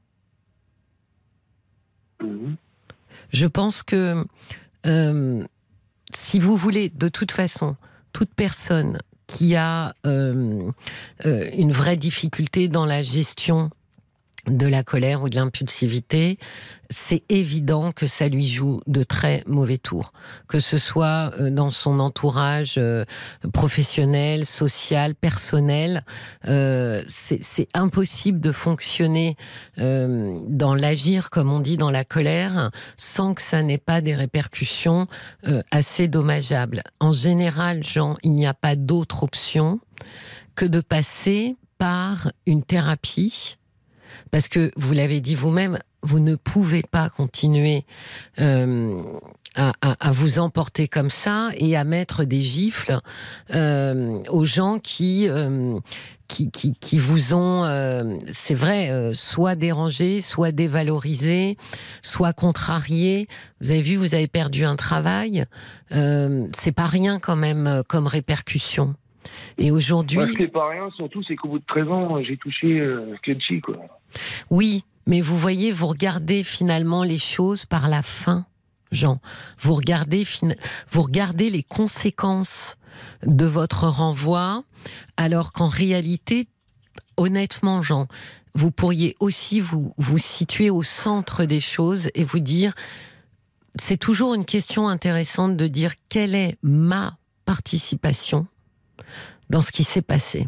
Mmh. Je pense que euh, si vous voulez, de toute façon, toute personne qui a euh, euh, une vraie difficulté dans la gestion de la colère ou de l'impulsivité, c'est évident que ça lui joue de très mauvais tours. Que ce soit dans son entourage professionnel, social, personnel, euh, c'est, c'est impossible de fonctionner euh, dans l'agir, comme on dit, dans la colère, sans que ça n'ait pas des répercussions euh, assez dommageables. En général, Jean, il n'y a pas d'autre option que de passer par une thérapie. Parce que, vous l'avez dit vous-même, vous ne pouvez pas continuer euh, à, à, à vous emporter comme ça et à mettre des gifles euh, aux gens qui, euh, qui, qui, qui vous ont, euh, c'est vrai, euh, soit dérangé, soit dévalorisé, soit contrarié. Vous avez vu, vous avez perdu un travail. Euh, c'est pas rien quand même comme répercussion. Et aujourd'hui... Moi, ce qui n'est pas rien, surtout, c'est qu'au bout de treize ans, j'ai touché euh, Kenchi, quoi. Oui, mais vous voyez, vous regardez finalement les choses par la fin, Jean. Vous regardez, vous regardez les conséquences de votre renvoi, alors qu'en réalité, honnêtement, Jean, vous pourriez aussi vous, vous situer au centre des choses et vous dire... C'est toujours une question intéressante de dire quelle est ma participation dans ce qui s'est passé.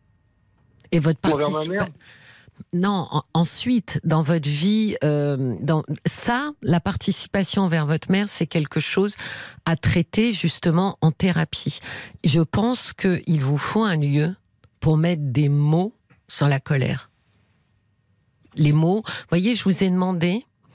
Et votre participation... Non, en, ensuite, dans votre vie, euh, dans ça, la participation vers votre mère, c'est quelque chose à traiter justement en thérapie. Je pense qu'il vous faut un lieu pour mettre des mots sur la colère. Les mots, vous voyez, je vous ai demandé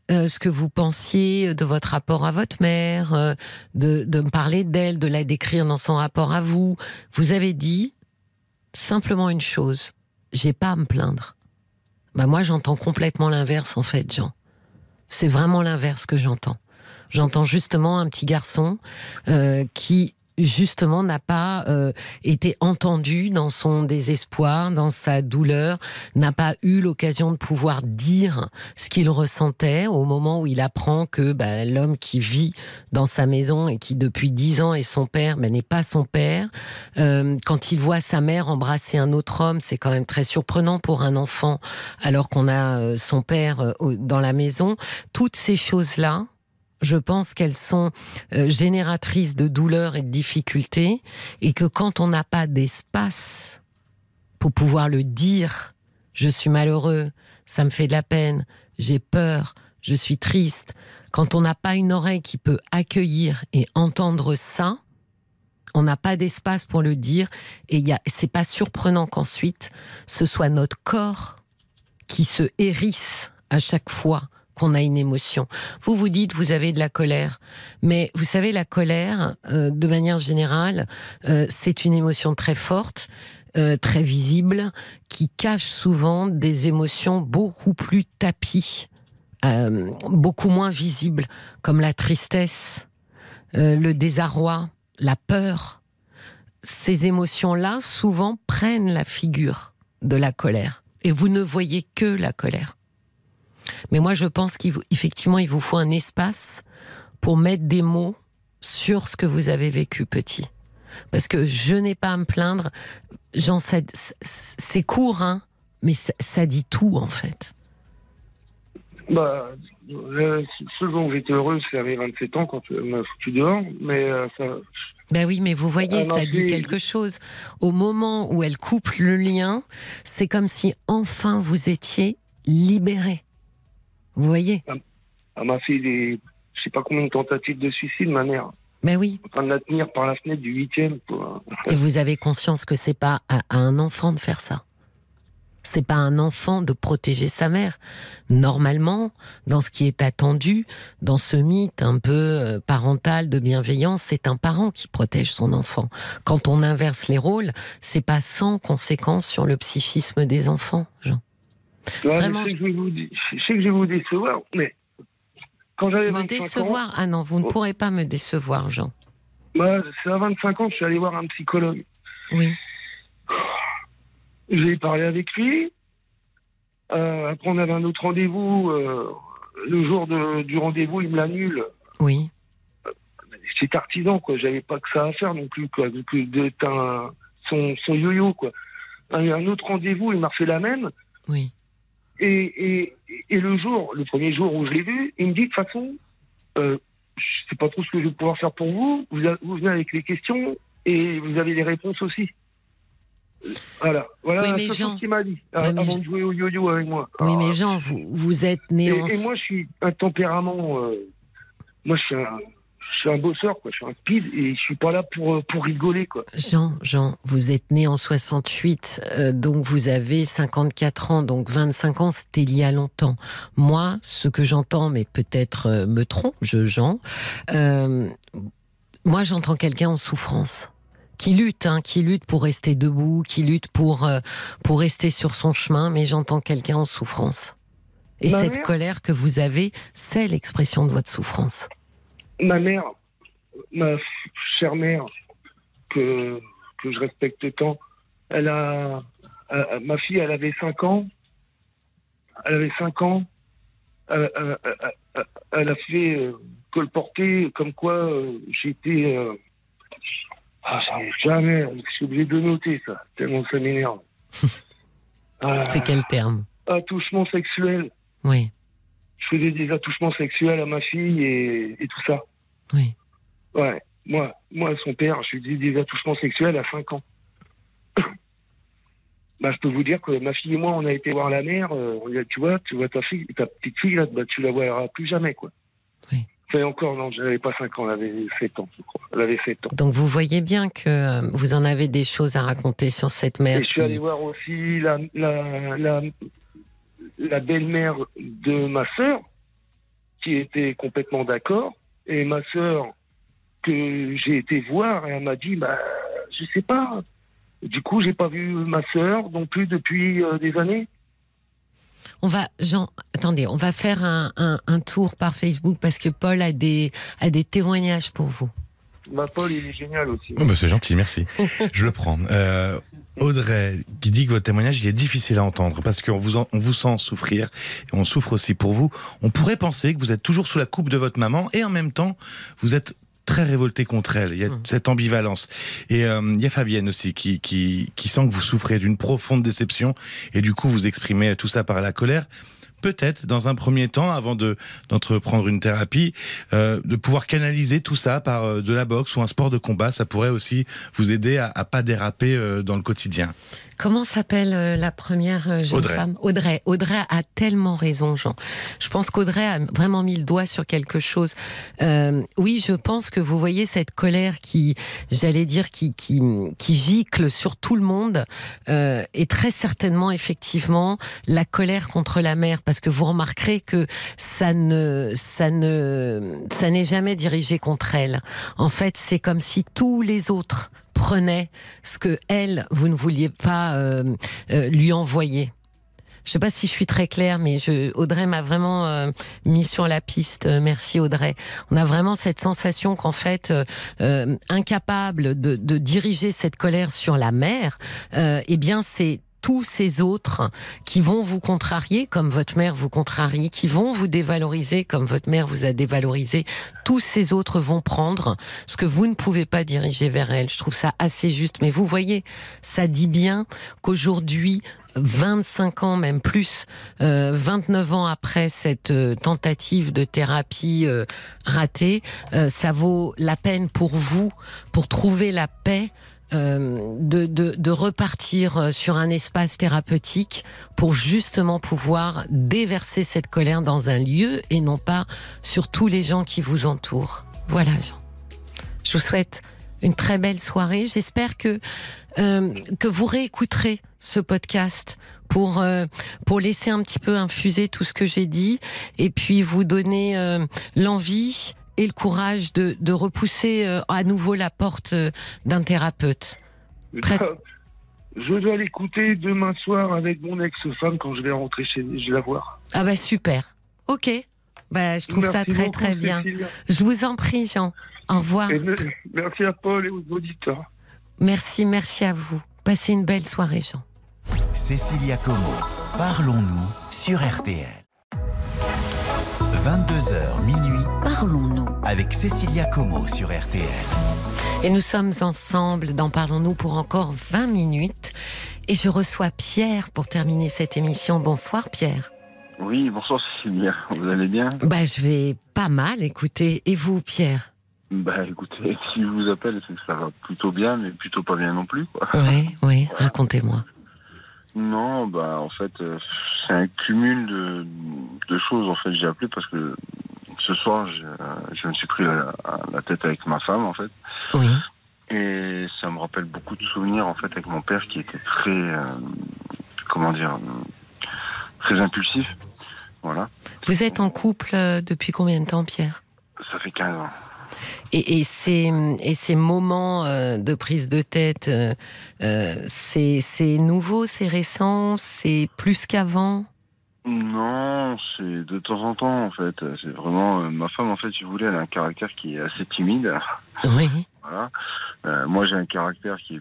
euh, ce que vous pensiez de votre rapport à votre mère, euh, de, de me parler d'elle, de la décrire dans son rapport à vous. Vous avez dit simplement une chose, j'ai pas à me plaindre. Bah moi, j'entends complètement l'inverse, en fait, Jean. C'est vraiment l'inverse que j'entends. J'entends justement un petit garçon euh, qui, justement, n'a pas euh, été entendu dans son désespoir, dans sa douleur, n'a pas eu l'occasion de pouvoir dire ce qu'il ressentait au moment où il apprend que bah, l'homme qui vit dans sa maison et qui, depuis dix ans, est son père, bah, n'est pas son père. Euh, quand il voit sa mère embrasser un autre homme, c'est quand même très surprenant pour un enfant, alors qu'on a euh, son père euh, dans la maison. Toutes ces choses-là, je pense qu'elles sont euh, génératrices de douleur et de difficultés, et que quand on n'a pas d'espace pour pouvoir le dire, je suis malheureux, ça me fait de la peine, j'ai peur, je suis triste, quand on n'a pas une oreille qui peut accueillir et entendre ça, on n'a pas d'espace pour le dire, et y a, c'est pas surprenant qu'ensuite ce soit notre corps qui se hérisse à chaque fois qu'on a une émotion. Vous vous dites, vous avez de la colère. Mais vous savez, la colère, euh, de manière générale, euh, c'est une émotion très forte, euh, très visible, qui cache souvent des émotions beaucoup plus tapies, euh, beaucoup moins visibles, comme la tristesse, euh, le désarroi, la peur. Ces émotions-là, souvent, prennent la figure de la colère. Et vous ne voyez que la colère. Mais moi, je pense qu'effectivement, il vous faut un espace pour mettre des mots sur ce que vous avez vécu petit. Parce que je n'ai pas à me plaindre. Jean, ça, c'est court, hein, mais ça, ça dit tout, en fait. Bah, euh, ce dont j'étais heureux, c'est à mes vingt-sept ans, quand elle m'a foutu dehors. Mais euh, ça... Ben oui, mais vous voyez, ça dit quelque chose. Au moment où elle coupe le lien, c'est comme si enfin vous étiez libéré. Vous voyez ? Elle m'a fait des, je sais pas combien de tentatives de suicide, ma mère. Ben oui. En train de la tenir par la fenêtre du huitième. Pour... Et vous avez conscience que c'est pas à, à un enfant de faire ça. C'est pas à un enfant de protéger sa mère. Normalement, dans ce qui est attendu, dans ce mythe un peu parental de bienveillance, c'est un parent qui protège son enfant. Quand on inverse les rôles, c'est pas sans conséquence sur le psychisme des enfants, Jean. Ouais, Vraiment, je sais, que je, vais vous, je sais que je vais vous décevoir, mais quand j'avais me décevoir ans, ah non, vous ne oh. pourrez pas me décevoir, Jean. Bah, c'est à vingt-cinq ans que je suis allé voir un psychologue. Oui. J'ai parlé avec lui. Euh, après, on avait un autre rendez-vous. Euh, le jour de, du rendez-vous, il me l'annule. Oui. Euh, c'est artisan, quoi. J'avais pas que ça à faire non plus, quoi. Donc, d'être un, son, son yo-yo, quoi. Un, un autre rendez-vous, il m'a refait la même. Oui. Et, et, et le jour, le premier jour où je l'ai vu, il me dit de toute façon, euh, je sais pas trop ce que je vais pouvoir faire pour vous. Vous, a, vous venez avec les questions et vous avez les réponses aussi. Voilà, voilà oui, ce Jean, qu'il m'a dit oui, avant je... de jouer au yo-yo avec moi. Oui, Alors, mais Jean, vous, vous êtes né et, en... Et moi, je suis un tempérament... Euh, moi, je suis un... Je suis un bosseur, quoi. Je suis un speed et je suis pas là pour, pour rigoler, quoi. Jean, Jean, vous êtes né en soixante-huit, euh, donc vous avez cinquante-quatre ans, donc vingt-cinq ans, c'était il y a longtemps. Moi, ce que j'entends, mais peut-être euh, me trompe, je, Jean, euh, moi j'entends quelqu'un en souffrance, qui lutte, hein, qui lutte pour rester debout, qui lutte pour, euh, pour rester sur son chemin, mais j'entends quelqu'un en souffrance. Et Ma cette mère, colère que vous avez, c'est l'expression de votre souffrance. Ma mère, ma chère mère, que, que je respecte tant, elle a, euh, ma fille, elle avait cinq ans, elle avait cinq ans, elle, elle, elle, elle a fait euh, colporter comme quoi euh, j'étais, euh, ah, j'arrive jamais, je suis obligé de noter ça, tellement ça m'énerve. euh, C'est quel terme ? Attouchement sexuel. Oui. Je faisais des attouchements sexuels à ma fille et, et tout ça. Oui. Ouais. Moi, moi, son père, je lui faisais des attouchements sexuels à cinq ans. Bah, je peux vous dire que ma fille et moi, on a été voir la mère. Euh, on lui a dit, tu vois, tu vois ta fille, ta petite fille, là, bah, tu la verras plus jamais, quoi. Oui. Enfin, encore, non, je n'avais pas cinq ans, elle avait sept ans, je crois. Elle avait sept ans. Donc, vous voyez bien que euh, vous en avez des choses à raconter sur cette mère. Et je suis qui... allé voir aussi la, la, la, la belle-mère de ma sœur. qui était complètement d'accord, et ma sœur que j'ai été voir, et elle m'a dit, bah, je sais pas. Du coup, j'ai pas vu ma sœur non plus depuis euh, des années. On va, Jean, attendez, on va faire un, un, un tour par Facebook parce que Paul a des, a des témoignages pour vous. Ma Paul, il est génial aussi. Oh bah c'est gentil, merci. Je le prends. Euh, Audrey, qui dit que votre témoignage il est difficile à entendre parce qu'on vous, en, on vous sent souffrir et on souffre aussi pour vous. On pourrait penser que vous êtes toujours sous la coupe de votre maman et en même temps, vous êtes très révolté contre elle. Il y a mmh. cette ambivalence. Et euh, il y a Fabienne aussi qui, qui, qui sent que vous souffrez d'une profonde déception et du coup vous exprimez tout ça par la colère. Peut-être, dans un premier temps, avant de, d'entreprendre une thérapie, euh, de pouvoir canaliser tout ça par euh, de la boxe ou un sport de combat, ça pourrait aussi vous aider à, à pas déraper euh, dans le quotidien. Comment s'appelle euh, la première euh, jeune Audrey. femme ? Audrey. Audrey a tellement raison, Jean. Je pense qu'Audrey a vraiment mis le doigt sur quelque chose. Euh, oui, je pense que vous voyez cette colère qui, j'allais dire, qui, qui, qui gicle sur tout le monde, euh, et très certainement, effectivement, la colère contre la mère, parce que vous remarquerez que ça ne, ça ne, ça n'est jamais dirigé contre elle. En fait, c'est comme si tous les autres prenaient ce que elle, vous ne vouliez pas euh, euh, lui envoyer. Je ne sais pas si je suis très claire, mais je, Audrey m'a vraiment euh, mis sur la piste. Merci Audrey. On a vraiment cette sensation qu'en fait, euh, euh, incapable de, de diriger cette colère sur la mère, euh, eh bien c'est tous ces autres qui vont vous contrarier comme votre mère vous contrarie, qui vont vous dévaloriser comme votre mère vous a dévalorisé, tous ces autres vont prendre ce que vous ne pouvez pas diriger vers elle. Je trouve ça assez juste. Mais vous voyez, ça dit bien qu'aujourd'hui, vingt-cinq ans, même plus, euh, vingt-neuf ans après cette euh, tentative de thérapie euh, ratée, euh, ça vaut la peine pour vous, pour trouver la paix, Euh, de, de, de repartir sur un espace thérapeutique pour justement pouvoir déverser cette colère dans un lieu et non pas sur tous les gens qui vous entourent. Voilà, Jean. Je vous souhaite une très belle soirée. J'espère que, euh, que vous réécouterez ce podcast pour, euh, pour laisser un petit peu infuser tout ce que j'ai dit et puis vous donner euh, l'envie et le courage de, de repousser euh, à nouveau la porte euh, d'un thérapeute. Très... Je dois l'écouter demain soir avec mon ex-femme quand je vais rentrer chez je vais la voir. Ah bah super. Ok. Bah, je trouve merci ça très beaucoup, très bien. Cécilia. Je vous en prie, Jean. Au revoir. Et merci à Paul et aux auditeurs. Merci, merci à vous. Passez une belle soirée, Jean. Cécilia Como, parlons-nous sur R T L. vingt-deux heures minuit, parlons-nous avec Cécilia Como sur R T L. Et nous sommes ensemble dans Parlons-nous pour encore vingt minutes. Et je reçois Pierre pour terminer cette émission. Bonsoir Pierre. Oui, bonsoir Cécilia. Vous allez bien ? Bah, je vais pas mal, écoutez. Et vous, Pierre ? Bah écoutez, si je vous appelle, c'est que ça va plutôt bien, mais plutôt pas bien non plus, quoi. Oui, oui, voilà. Racontez-moi. Non, bah en fait, euh, c'est un cumul de, de choses. En fait, j'ai appelé parce que ce soir, je, je me suis pris la, la tête avec ma femme, en fait. Oui. Et ça me rappelle beaucoup de souvenirs, en fait, avec mon père qui était très, euh, comment dire, très impulsif. Voilà. Vous êtes en couple euh, depuis combien de temps, Pierre ? Ça fait quinze ans. Et, et, ces, et ces moments euh, de prise de tête, euh, euh, c'est, c'est nouveau, c'est récent, c'est plus qu'avant ? Non, c'est de temps en temps, en fait. C'est vraiment... Euh, ma femme, en fait, si vous voulez, elle a un caractère qui est assez timide. Oui. Voilà. Euh, moi, j'ai un caractère qui est...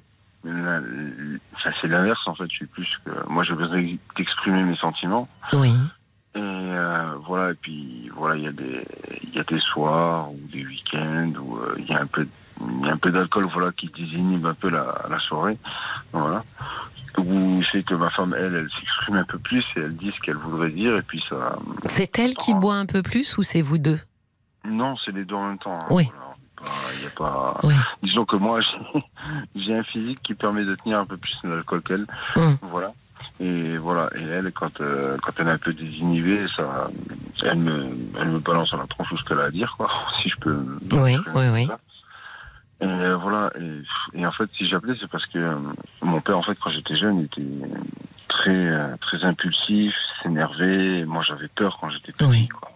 Ça, c'est l'inverse, en fait. Je suis plus que... Moi, j'ai besoin d'exprimer mes sentiments. Oui. Et euh, voilà, et puis voilà, il y a des il y a des soirs ou des week-ends où euh, il y a un peu il y a un peu d'alcool, voilà, qui désinhibe un peu la, la soirée, voilà. Où c'est que ma femme, elle, elle s'exprime un peu plus et elle dit ce qu'elle voudrait dire et puis ça. C'est elle qui boit un peu plus ou c'est vous deux ? Non, c'est les deux en même temps. Hein, oui. Voilà. Il y a pas. Oui. Disons que moi, j'ai... j'ai un physique qui permet de tenir un peu plus l'alcool qu'elle, mmh. Voilà. Et voilà, et elle, quand, euh, quand elle est un peu désinhibée, ça, elle me, elle me balance à la tronche tout ce qu'elle a à dire, quoi, si je peux. Oui, oui, oui. Et euh, voilà, et, et en fait, si j'appelais, c'est parce que euh, mon père, en fait, quand j'étais jeune, il était très, euh, très impulsif, s'énervait. Moi, j'avais peur quand j'étais petit, oui. quoi.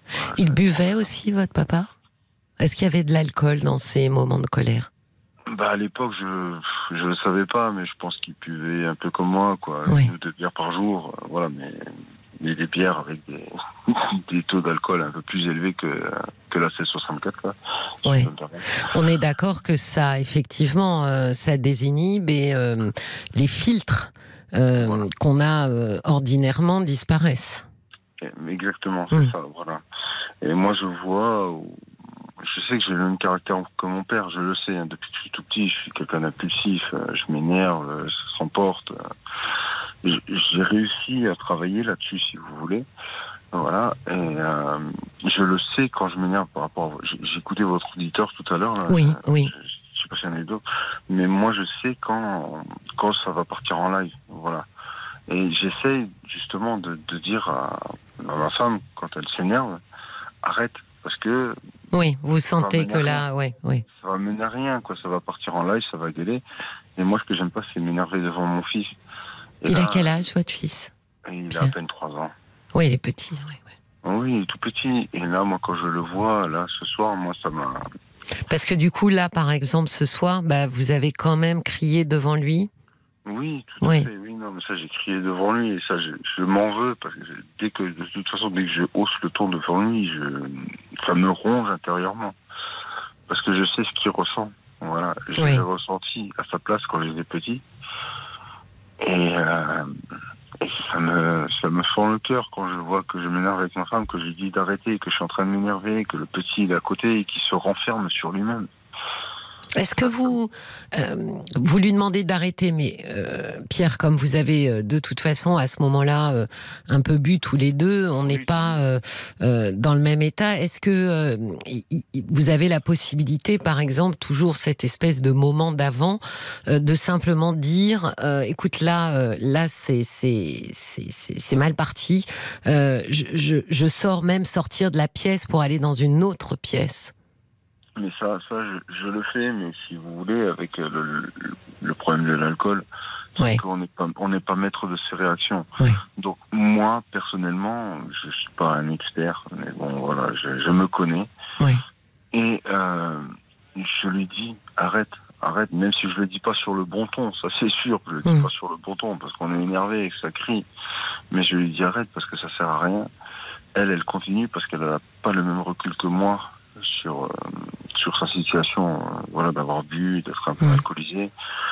Il buvait aussi, votre papa ? Est-ce qu'il y avait de l'alcool dans ces moments de colère ? Bah à l'époque, je je le savais pas, mais je pense qu'il buvait un peu comme moi, quoi. Oui. Une ou deux bières par jour, euh, voilà, mais, mais des bières avec des, des taux d'alcool un peu plus élevés que, que la seize soixante-quatre, quoi. Oui. On est d'accord que ça, effectivement, euh, ça désinhibe et euh, les filtres euh, voilà. qu'on a euh, ordinairement disparaissent. Exactement, c'est mmh. ça, voilà. Et moi, je vois... Je sais que j'ai le même caractère que mon père, je le sais. Hein, depuis que je suis tout petit, je suis quelqu'un d'impulsif, euh, je m'énerve, euh, ça s'emporte. Euh, j'ai réussi à travailler là-dessus, si vous voulez. Voilà. Et euh, je le sais quand je m'énerve par rapport à... J'ai écouté votre auditeur tout à l'heure. Là, oui, je, oui. Je, je sais pas si y en a d'autres. Mais moi, je sais quand, quand ça va partir en live. Voilà. Et j'essaie justement de, de dire à, à ma femme, quand elle s'énerve, arrête. Parce que... Oui, vous sentez que là... Oui, oui. Ça va mener à rien, quoi. Ça va partir en live, ça va gueuler. Et moi, ce que j'aime pas, c'est m'énerver devant mon fils. Et il là, a quel âge, votre fils ? Il Pierre. a à peine trois ans. Oui, il est petit. Oui, oui. Oui, il est tout petit. Et là, moi, quand je le vois, là, ce soir, moi, ça m'a... Parce que du coup, là, par exemple, ce soir, bah, vous avez quand même crié devant lui ? Oui, tout à oui. fait. Oui, non, mais ça, j'ai crié devant lui et ça, je, je m'en veux parce que dès que, de toute façon, dès que je hausse le ton devant lui, je, ça me ronge intérieurement parce que je sais ce qu'il ressent. Voilà, je oui. l'ai ressenti à sa place quand j'étais petit et, euh, et ça me, ça me fend le cœur quand je vois que je m'énerve avec ma femme, que je lui dis d'arrêter, que je suis en train de m'énerver, que le petit il est à côté et qu'il se renferme sur lui-même. Est-ce que vous, euh, vous lui demandez d'arrêter, mais euh, Pierre, comme vous avez euh, de toute façon à ce moment-là euh, un peu bu tous les deux, on n'est oui. pas euh, euh, dans le même état. Est-ce que euh, y, y, vous avez la possibilité, par exemple, toujours cette espèce de moment d'avant, euh, de simplement dire, euh, écoute, là, euh, là, c'est c'est c'est c'est mal parti. Euh, je, je, je sors même sortir de la pièce pour aller dans une autre pièce. Mais ça, ça je, je le fais, mais si vous voulez, avec le, le, le problème de l'alcool, ouais. c'est qu'on n'est pas, on n'est pas maître de ses réactions. Ouais. Donc moi, personnellement, je suis pas un expert, mais bon, voilà, je, je me connais. Ouais. Et euh, je lui dis, arrête, arrête, même si je le dis pas sur le bon ton, ça c'est sûr, je le dis mmh. pas sur le bon ton, parce qu'on est énervé et que ça crie. Mais je lui dis arrête, parce que ça sert à rien. Elle, elle continue parce qu'elle n'a pas le même recul que moi sur euh, sur sa situation, euh, voilà, d'avoir bu, d'être un peu mmh. alcoolisé,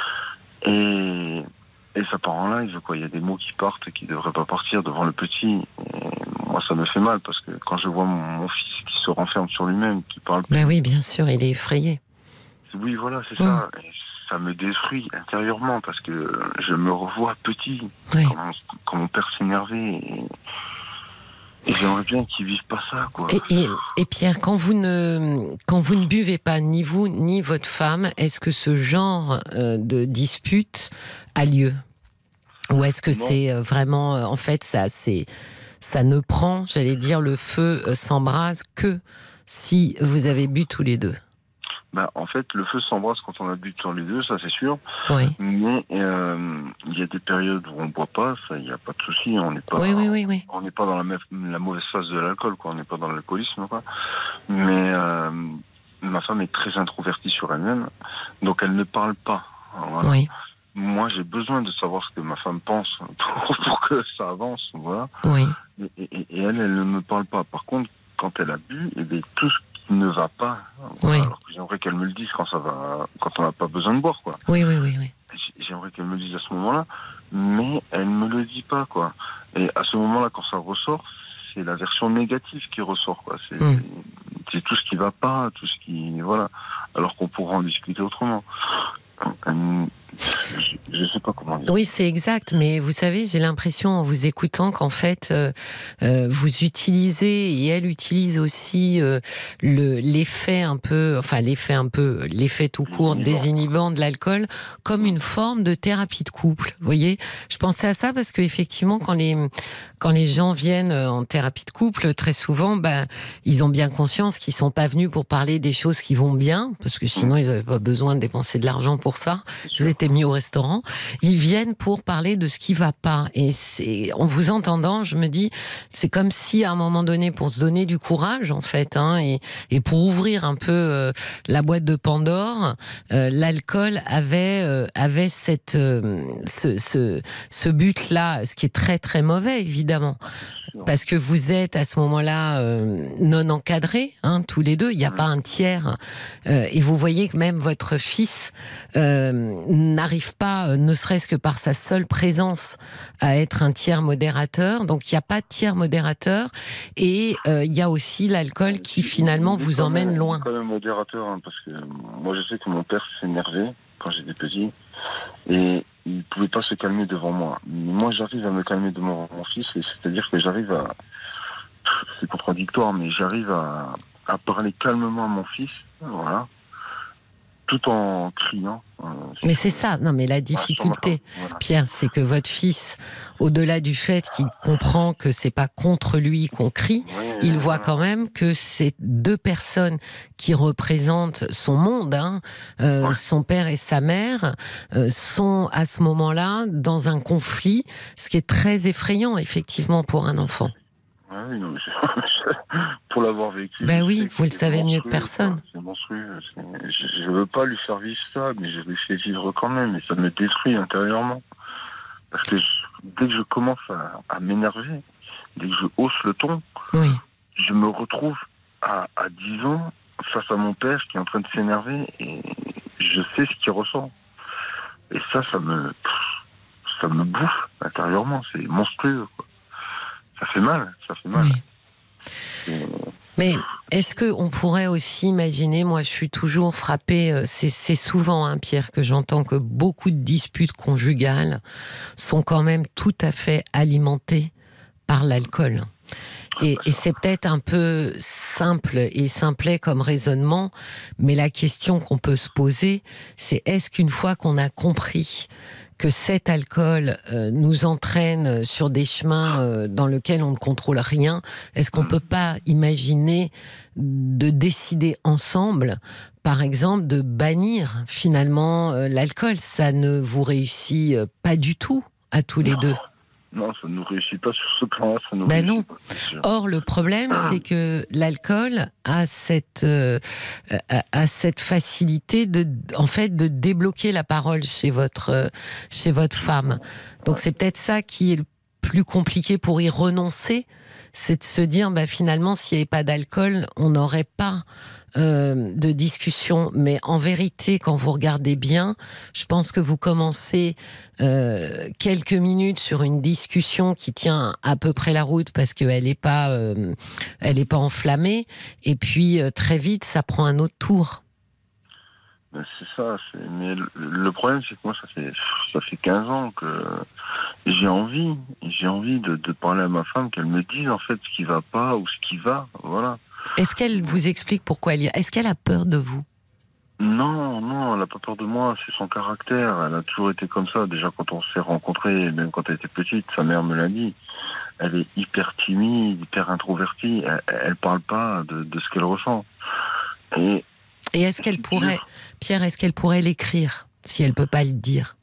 et et ça part en live, quoi. Il y a des mots qui partent qui devraient pas partir devant le petit. Et moi, ça me fait mal parce que quand je vois mon, mon fils qui se renferme sur lui-même, qui parle. Ben oui, bien sûr, il est effrayé. Oui, voilà, c'est mmh. ça. Et ça me détruit intérieurement parce que je me revois petit, oui. quand, mon, quand mon père s'énervait. Et, Et j'aimerais bien qu'ils vivent pas ça, quoi. Et, et, et Pierre, quand vous ne quand vous ne buvez pas, ni vous ni votre femme, est-ce que ce genre euh, de dispute a lieu, ou est-ce que non. c'est euh, vraiment, euh, en fait, ça c'est ça ne prend, j'allais dire, le feu euh, s'embrase que si vous avez bu tous les deux? Bah, en fait, le feu s'embrasse quand on a bu tous les deux, ça c'est sûr. Oui. Mais euh, il y a des périodes où on ne boit pas, ça, il n'y a pas de souci. On n'est pas, oui, oui, oui, oui. on n'est pas dans la, la mauvaise phase de l'alcool, quoi. On n'est pas dans l'alcoolisme, quoi. Mais euh, ma femme est très introvertie sur elle-même, donc elle ne parle pas. Voilà. Oui. Moi, j'ai besoin de savoir ce que ma femme pense pour, pour que ça avance, voilà. Oui. Et, et, et elle, elle ne me parle pas. Par contre, quand elle a bu, et bien, tout ce qui ne va pas, voilà, oui. alors que j'aimerais qu'elle me le dise quand ça va, quand on n'a pas besoin de boire, quoi. Oui, oui, oui, oui. J'aimerais qu'elle me le dise à ce moment-là, mais elle me le dit pas, quoi. Et à ce moment-là, quand ça ressort, c'est la version négative qui ressort, quoi. C'est, mm. c'est tout ce qui va pas, tout ce qui, voilà. Alors qu'on pourra en discuter autrement. Je ne sais pas comment dire. Oui, c'est exact, mais vous savez, j'ai l'impression en vous écoutant qu'en fait, euh, euh, vous utilisez, et elle utilise aussi euh, le, l'effet un peu, enfin l'effet un peu, l'effet tout court désinhibant de l'alcool comme une forme de thérapie de couple. Vous voyez, je pensais à ça parce que effectivement, quand les quand les gens viennent en thérapie de couple, très souvent, ben ils ont bien conscience qu'ils sont pas venus pour parler des choses qui vont bien, parce que sinon ils n'avaient pas besoin de dépenser de l'argent pour ça. Ils étaient mis au restaurant. ils viennent pour parler de ce qui va pas. Et c'est, en vous entendant, je me dis, c'est comme si à un moment donné, pour se donner du courage, en fait, hein, et, et pour ouvrir un peu euh, la boîte de Pandore, euh, l'alcool avait euh, avait cette euh, ce, ce ce but-là, ce qui est très très mauvais, évidemment. Parce que vous êtes à ce moment-là euh, non encadrés, hein, tous les deux. Il n'y a pas un tiers. Euh, et vous voyez que même votre fils euh, n'arrive pas, euh, ne serait-ce que par sa seule présence, à être un tiers modérateur. Donc il n'y a pas de tiers modérateur. Et euh, il y a aussi l'alcool qui finalement vous emmène même, loin. Quand même modérateur, hein, parce que moi je sais que mon père s'énervait quand j'étais petit. Et il ne pouvait pas se calmer devant moi. Moi, j'arrive à me calmer devant mon fils, et c'est-à-dire que j'arrive à... C'est contradictoire, mais j'arrive à, à parler calmement à mon fils, voilà, tout en criant. Euh, mais c'est ça, non mais la difficulté, voilà. Pierre, c'est que votre fils, au-delà du fait qu'il comprend que c'est pas contre lui qu'on crie, oui, il voit quand même que c'est deux personnes qui représentent son monde, hein, euh, ouais. Son père et sa mère, euh, sont à ce moment-là dans un conflit, ce qui est très effrayant effectivement pour un enfant. Ah oui, non, mais pour l'avoir vécu. Ben oui, vous le savez mieux que personne. C'est monstrueux. C'est... Je ne veux pas lui faire vivre ça, mais je lui fais vivre quand même, et ça me détruit intérieurement. Parce que je, dès que je commence à, à m'énerver, dès que je hausse le ton, oui. Je me retrouve à, à dix ans face à mon père qui est en train de s'énerver, et je sais ce qu'il ressent. Et ça, ça me, ça me bouffe intérieurement. C'est monstrueux, quoi. Ça fait mal, ça fait mal. Oui. Mais est-ce qu'on pourrait aussi imaginer, moi je suis toujours frappée, c'est, c'est souvent, hein, Pierre, que j'entends que beaucoup de disputes conjugales sont quand même tout à fait alimentées par l'alcool. Et, et c'est peut-être un peu simple et simplet comme raisonnement, mais la question qu'on peut se poser, c'est est-ce qu'une fois qu'on a compris que cet alcool euh, nous entraîne sur des chemins euh, dans lesquels on ne contrôle rien, est-ce qu'on ne peut pas imaginer de décider ensemble, par exemple, de bannir finalement euh, l'alcool? Ça ne vous réussit euh, pas du tout à tous les deux. Non, ça ne nous réussit pas sur ce plan-là. Ça nous ben non. Pas, Or, le problème, c'est que l'alcool a cette, euh, a, a cette facilité de, en fait, de débloquer la parole chez votre, euh, chez votre femme. Donc, c'est peut-être ça qui est le plus compliqué pour y renoncer, c'est de se dire, bah, finalement, s'il n'y avait pas d'alcool, on n'aurait pas euh, de discussion. Mais en vérité, quand vous regardez bien, je pense que vous commencez euh, quelques minutes sur une discussion qui tient à peu près la route parce qu'elle n'est pas, euh, elle n'est pas enflammée. Et puis, euh, très vite, ça prend un autre tour. C'est ça, c'est... mais le problème, c'est que moi, ça fait, ça fait quinze ans que j'ai envie, j'ai envie de, de parler à ma femme, qu'elle me dise en fait ce qui va pas ou ce qui va, voilà. Est-ce qu'elle vous explique pourquoi elle y a... Est-ce qu'elle a peur de vous? Non, non, elle n'a pas peur de moi, c'est son caractère, elle a toujours été comme ça, déjà quand on s'est rencontrés, même quand elle était petite, sa mère me l'a dit, elle est hyper timide, hyper introvertie, elle, elle parle pas de, de ce qu'elle ressent. Et Et est-ce qu'elle pourrait, Pierre, est-ce qu'elle pourrait l'écrire, si elle peut pas le dire?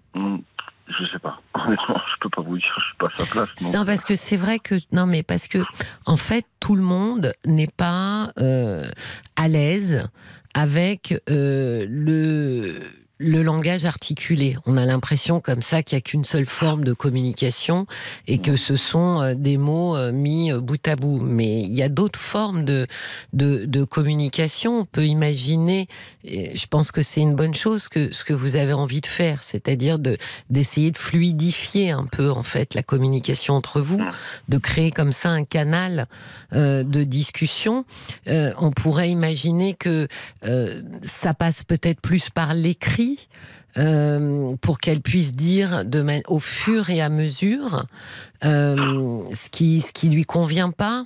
Je sais pas. Honnêtement, je peux pas vous dire, je suis pas à sa place. Non, non parce que c'est vrai que, non, mais parce que, en fait, tout le monde n'est pas euh, à l'aise avec euh, le... le langage articulé. On a l'impression comme ça qu'il n'y a qu'une seule forme de communication et que ce sont des mots mis bout à bout. Mais il y a d'autres formes de, de, de communication. On peut imaginer, et je pense que c'est une bonne chose, que ce que vous avez envie de faire, c'est-à-dire de, d'essayer de fluidifier un peu en fait la communication entre vous, de créer comme ça un canal euh, de discussion. Euh, on pourrait imaginer que euh, ça passe peut-être plus par l'écrit, Euh, pour qu'elle puisse dire de ma... au fur et à mesure euh, ce qui ce qui lui convient pas.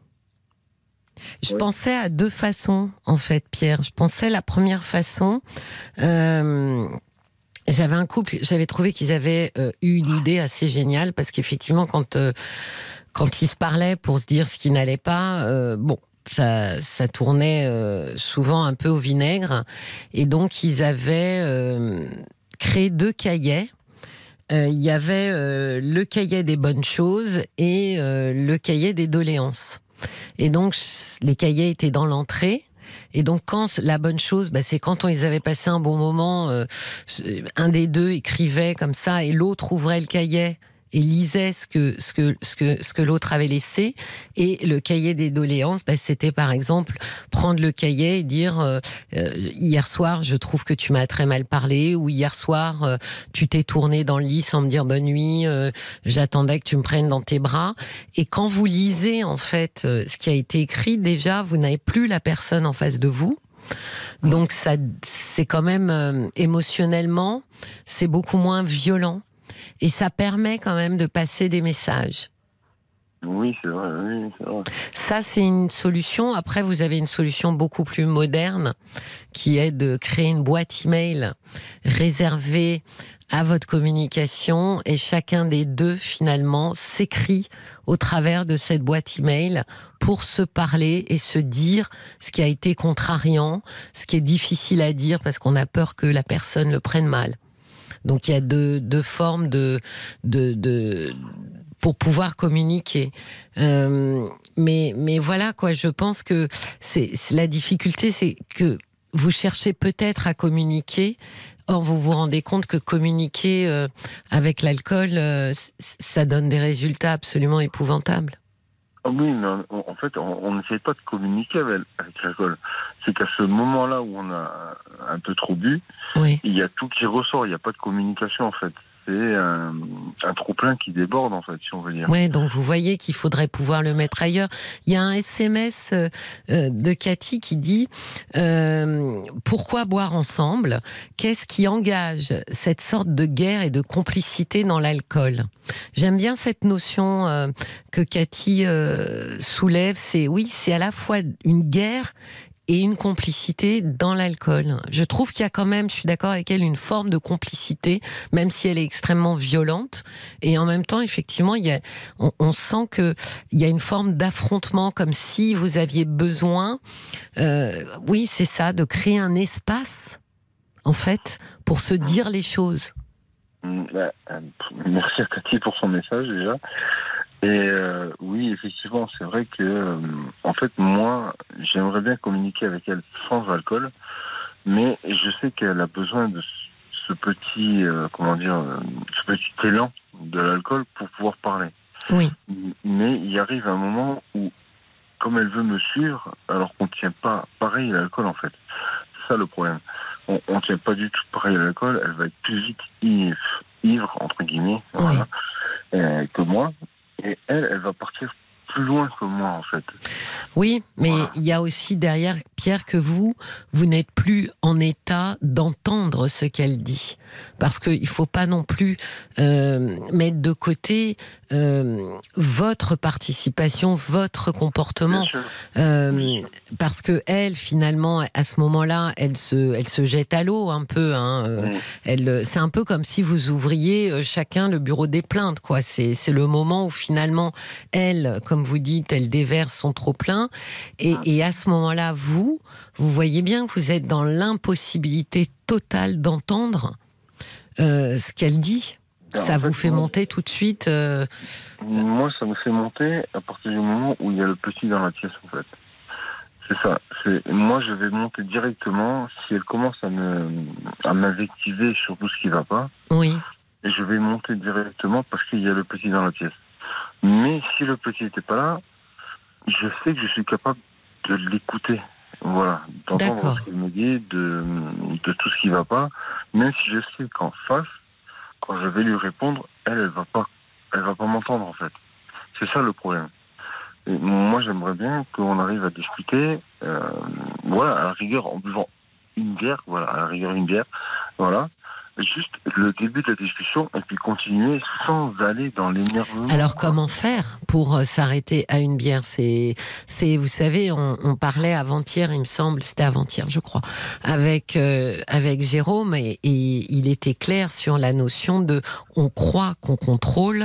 Je ouais. pensais à deux façons en fait, Pierre. Je pensais la première façon. Euh, j'avais un couple, j'avais trouvé qu'ils avaient euh, eu une idée assez géniale parce qu'effectivement quand euh, quand ils se parlaient pour se dire ce qui n'allait pas, euh, bon. Ça, ça tournait euh, souvent un peu au vinaigre et donc ils avaient euh, créé deux cahiers. Euh, il y avait euh, le cahier des bonnes choses et euh, le cahier des doléances. Et donc, les cahiers étaient dans l'entrée. Et donc, quand la bonne chose, bah, c'est quand on ils avaient passé un bon moment, euh, un des deux écrivait comme ça et l'autre ouvrait le cahier et lisait ce que, ce que, ce que, ce que l'autre avait laissé. Et le cahier des doléances, bah, c'était par exemple prendre le cahier et dire euh, euh, hier soir, je trouve que tu m'as très mal parlé, ou hier soir, euh, tu t'es tourné dans le lit sans me dire bonne nuit, euh, j'attendais que tu me prennes dans tes bras. Et quand vous lisez en fait euh, ce qui a été écrit, déjà, vous n'avez plus la personne en face de vous. Donc ça, c'est quand même euh, émotionnellement, c'est beaucoup moins violent. Et ça permet quand même de passer des messages. Oui, c'est vrai, oui, c'est vrai. Ça, c'est une solution. Après, vous avez une solution beaucoup plus moderne qui est de créer une boîte email réservée à votre communication et chacun des deux, finalement, s'écrit au travers de cette boîte email pour se parler et se dire ce qui a été contrariant, ce qui est difficile à dire parce qu'on a peur que la personne le prenne mal. Donc il y a deux, deux formes de, de, de, pour pouvoir communiquer. Euh, mais, mais voilà, quoi, je pense que c'est, c'est la difficulté, c'est que vous cherchez peut-être à communiquer, or vous vous rendez compte que communiquer euh, avec l'alcool, euh, ça donne des résultats absolument épouvantables. Oui, mais en fait, on n'essaye pas de communiquer avec, avec l'alcool. C'est qu'à ce moment-là où on a un peu trop bu, oui. Il y a tout qui ressort, il n'y a pas de communication en fait. C'est un, un trop-plein qui déborde en fait, si on veut dire. Oui, donc vous voyez qu'il faudrait pouvoir le mettre ailleurs. Il y a un S M S euh, de Cathy qui dit euh, « Pourquoi boire ensemble ? Qu'est-ce qui engage cette sorte de guerre et de complicité dans l'alcool ?» J'aime bien cette notion euh, que Cathy euh, soulève. C'est oui, c'est à la fois une guerre et une complicité dans l'alcool. Je trouve qu'il y a quand même, je suis d'accord avec elle, une forme de complicité, même si elle est extrêmement violente. Et en même temps, effectivement, il y a, on, on sent que il y a une forme d'affrontement, comme si vous aviez besoin, euh, oui, c'est ça, de créer un espace, en fait, pour se dire les choses. Merci à Cathy pour son message, déjà. Et euh, oui, effectivement, c'est vrai que, euh, en fait, moi, j'aimerais bien communiquer avec elle sans alcool, mais je sais qu'elle a besoin de ce petit, euh, comment dire, euh, ce petit élan de l'alcool pour pouvoir parler. Oui. Mais il arrive un moment où, comme elle veut me suivre, alors qu'on ne tient pas pareil à l'alcool, en fait. C'est ça le problème. On ne tient pas du tout pareil à l'alcool, elle va être plus vite ivre, ivre entre guillemets, oui. Voilà, euh, que moi. Et elle, elle va partir plus loin que moi, en fait. Oui, mais voilà. Il y a aussi derrière, Pierre, que vous, vous n'êtes plus en état d'entendre ce qu'elle dit. Parce qu'il ne faut pas non plus euh, mettre de côté euh, votre participation, votre comportement. Euh, oui. Parce que elle, finalement, à ce moment-là, elle se, elle se jette à l'eau un peu. Hein. Oui. Elle, c'est un peu comme si vous ouvriez chacun le bureau des plaintes, quoi. C'est, c'est le moment où finalement, elle, comme vous dites, elle déverse son trop-plein. Et, et à ce moment-là, vous, vous voyez bien que vous êtes dans l'impossibilité totale d'entendre euh, ce qu'elle dit. Alors, ça en fait, vous fait moi, monter tout de suite euh... Moi, ça me fait monter à partir du moment où il y a le petit dans la pièce, en fait. C'est ça. C'est, moi, je vais monter directement. Si elle commence à me, à m'invectiver sur tout ce qui ne va pas, oui. Et je vais monter directement parce qu'il y a le petit dans la pièce. Mais si le petit n'était pas là, je sais que je suis capable de l'écouter. Voilà. D'entendre D'accord. ce qu'il me dit, de, de tout ce qui ne va pas. Même si je sais qu'en face, quand je vais lui répondre, elle, elle va pas, elle va pas m'entendre, en fait. C'est ça le problème. Et moi, j'aimerais bien qu'on arrive à discuter, euh, voilà, à la rigueur, en buvant une bière, voilà, à la rigueur une bière, voilà. Juste le début de la discussion et puis continuer sans aller dans l'énervement. Alors comment faire pour s'arrêter à une bière ? C'est, c'est, vous savez, on, on parlait avant-hier, il me semble, c'était avant-hier, je crois, avec euh, avec Jérôme et, et il était clair sur la notion de on croit qu'on contrôle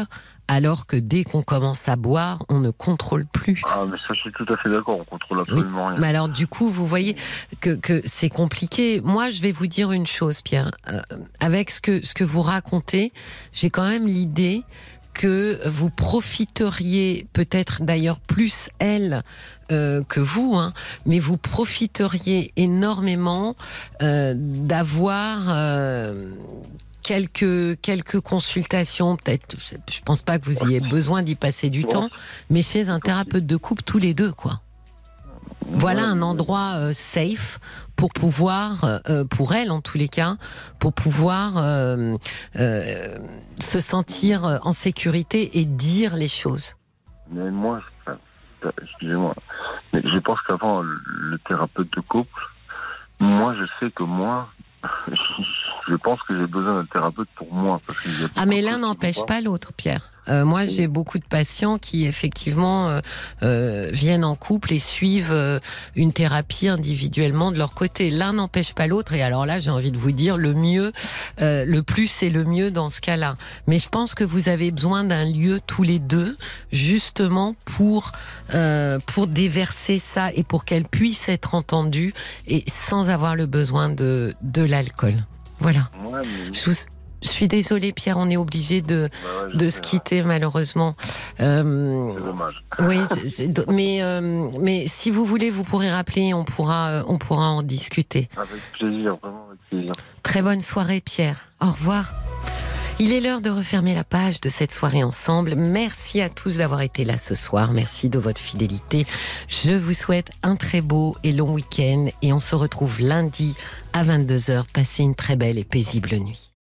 alors que dès qu'on commence à boire, on ne contrôle plus. Ah, mais ça, je suis tout à fait d'accord, on contrôle absolument oui. rien. Mais alors, du coup, vous voyez que, que c'est compliqué. Moi, je vais vous dire une chose, Pierre. Euh, avec ce que, ce que vous racontez, j'ai quand même l'idée que vous profiteriez, peut-être d'ailleurs plus elle euh, que vous, hein, mais vous profiteriez énormément euh, d'avoir euh, quelques quelques consultations. Peut-être, je pense pas que vous ayez besoin d'y passer du temps, mais chez un thérapeute de couple tous les deux, quoi. Voilà un endroit euh, safe pour pouvoir, euh, pour elle en tous les cas, pour pouvoir euh, euh, se sentir en sécurité et dire les choses. Mais moi, je, excusez-moi, mais je pense qu'avant le, le thérapeute de couple, moi je sais que moi, je pense que j'ai besoin d'un thérapeute pour moi. Parce qu'il y a ah mais l'un n'empêche pas l'autre, Pierre. Euh, moi, j'ai beaucoup de patients qui, effectivement, euh, euh, viennent en couple et suivent euh, une thérapie individuellement de leur côté. L'un n'empêche pas l'autre. Et alors là, j'ai envie de vous dire, le mieux, euh, le plus, c'est le mieux dans ce cas-là. Mais je pense que vous avez besoin d'un lieu tous les deux, justement pour euh, pour déverser ça et pour qu'elle puisse être entendue et sans avoir le besoin de de l'alcool. Voilà. Ouais, mais... Je vous... Je suis désolée, Pierre, on est obligé de, bah ouais, de se quitter, malheureusement. Euh, c'est dommage. Oui, c'est, mais, euh, mais si vous voulez, vous pourrez rappeler, on pourra, on pourra en discuter. Avec plaisir, vraiment avec plaisir. Très bonne soirée, Pierre. Au revoir. Il est l'heure de refermer la page de cette soirée ensemble. Merci à tous d'avoir été là ce soir. Merci de votre fidélité. Je vous souhaite un très beau et long week-end et on se retrouve lundi à vingt-deux heures. Passez une très belle et paisible nuit.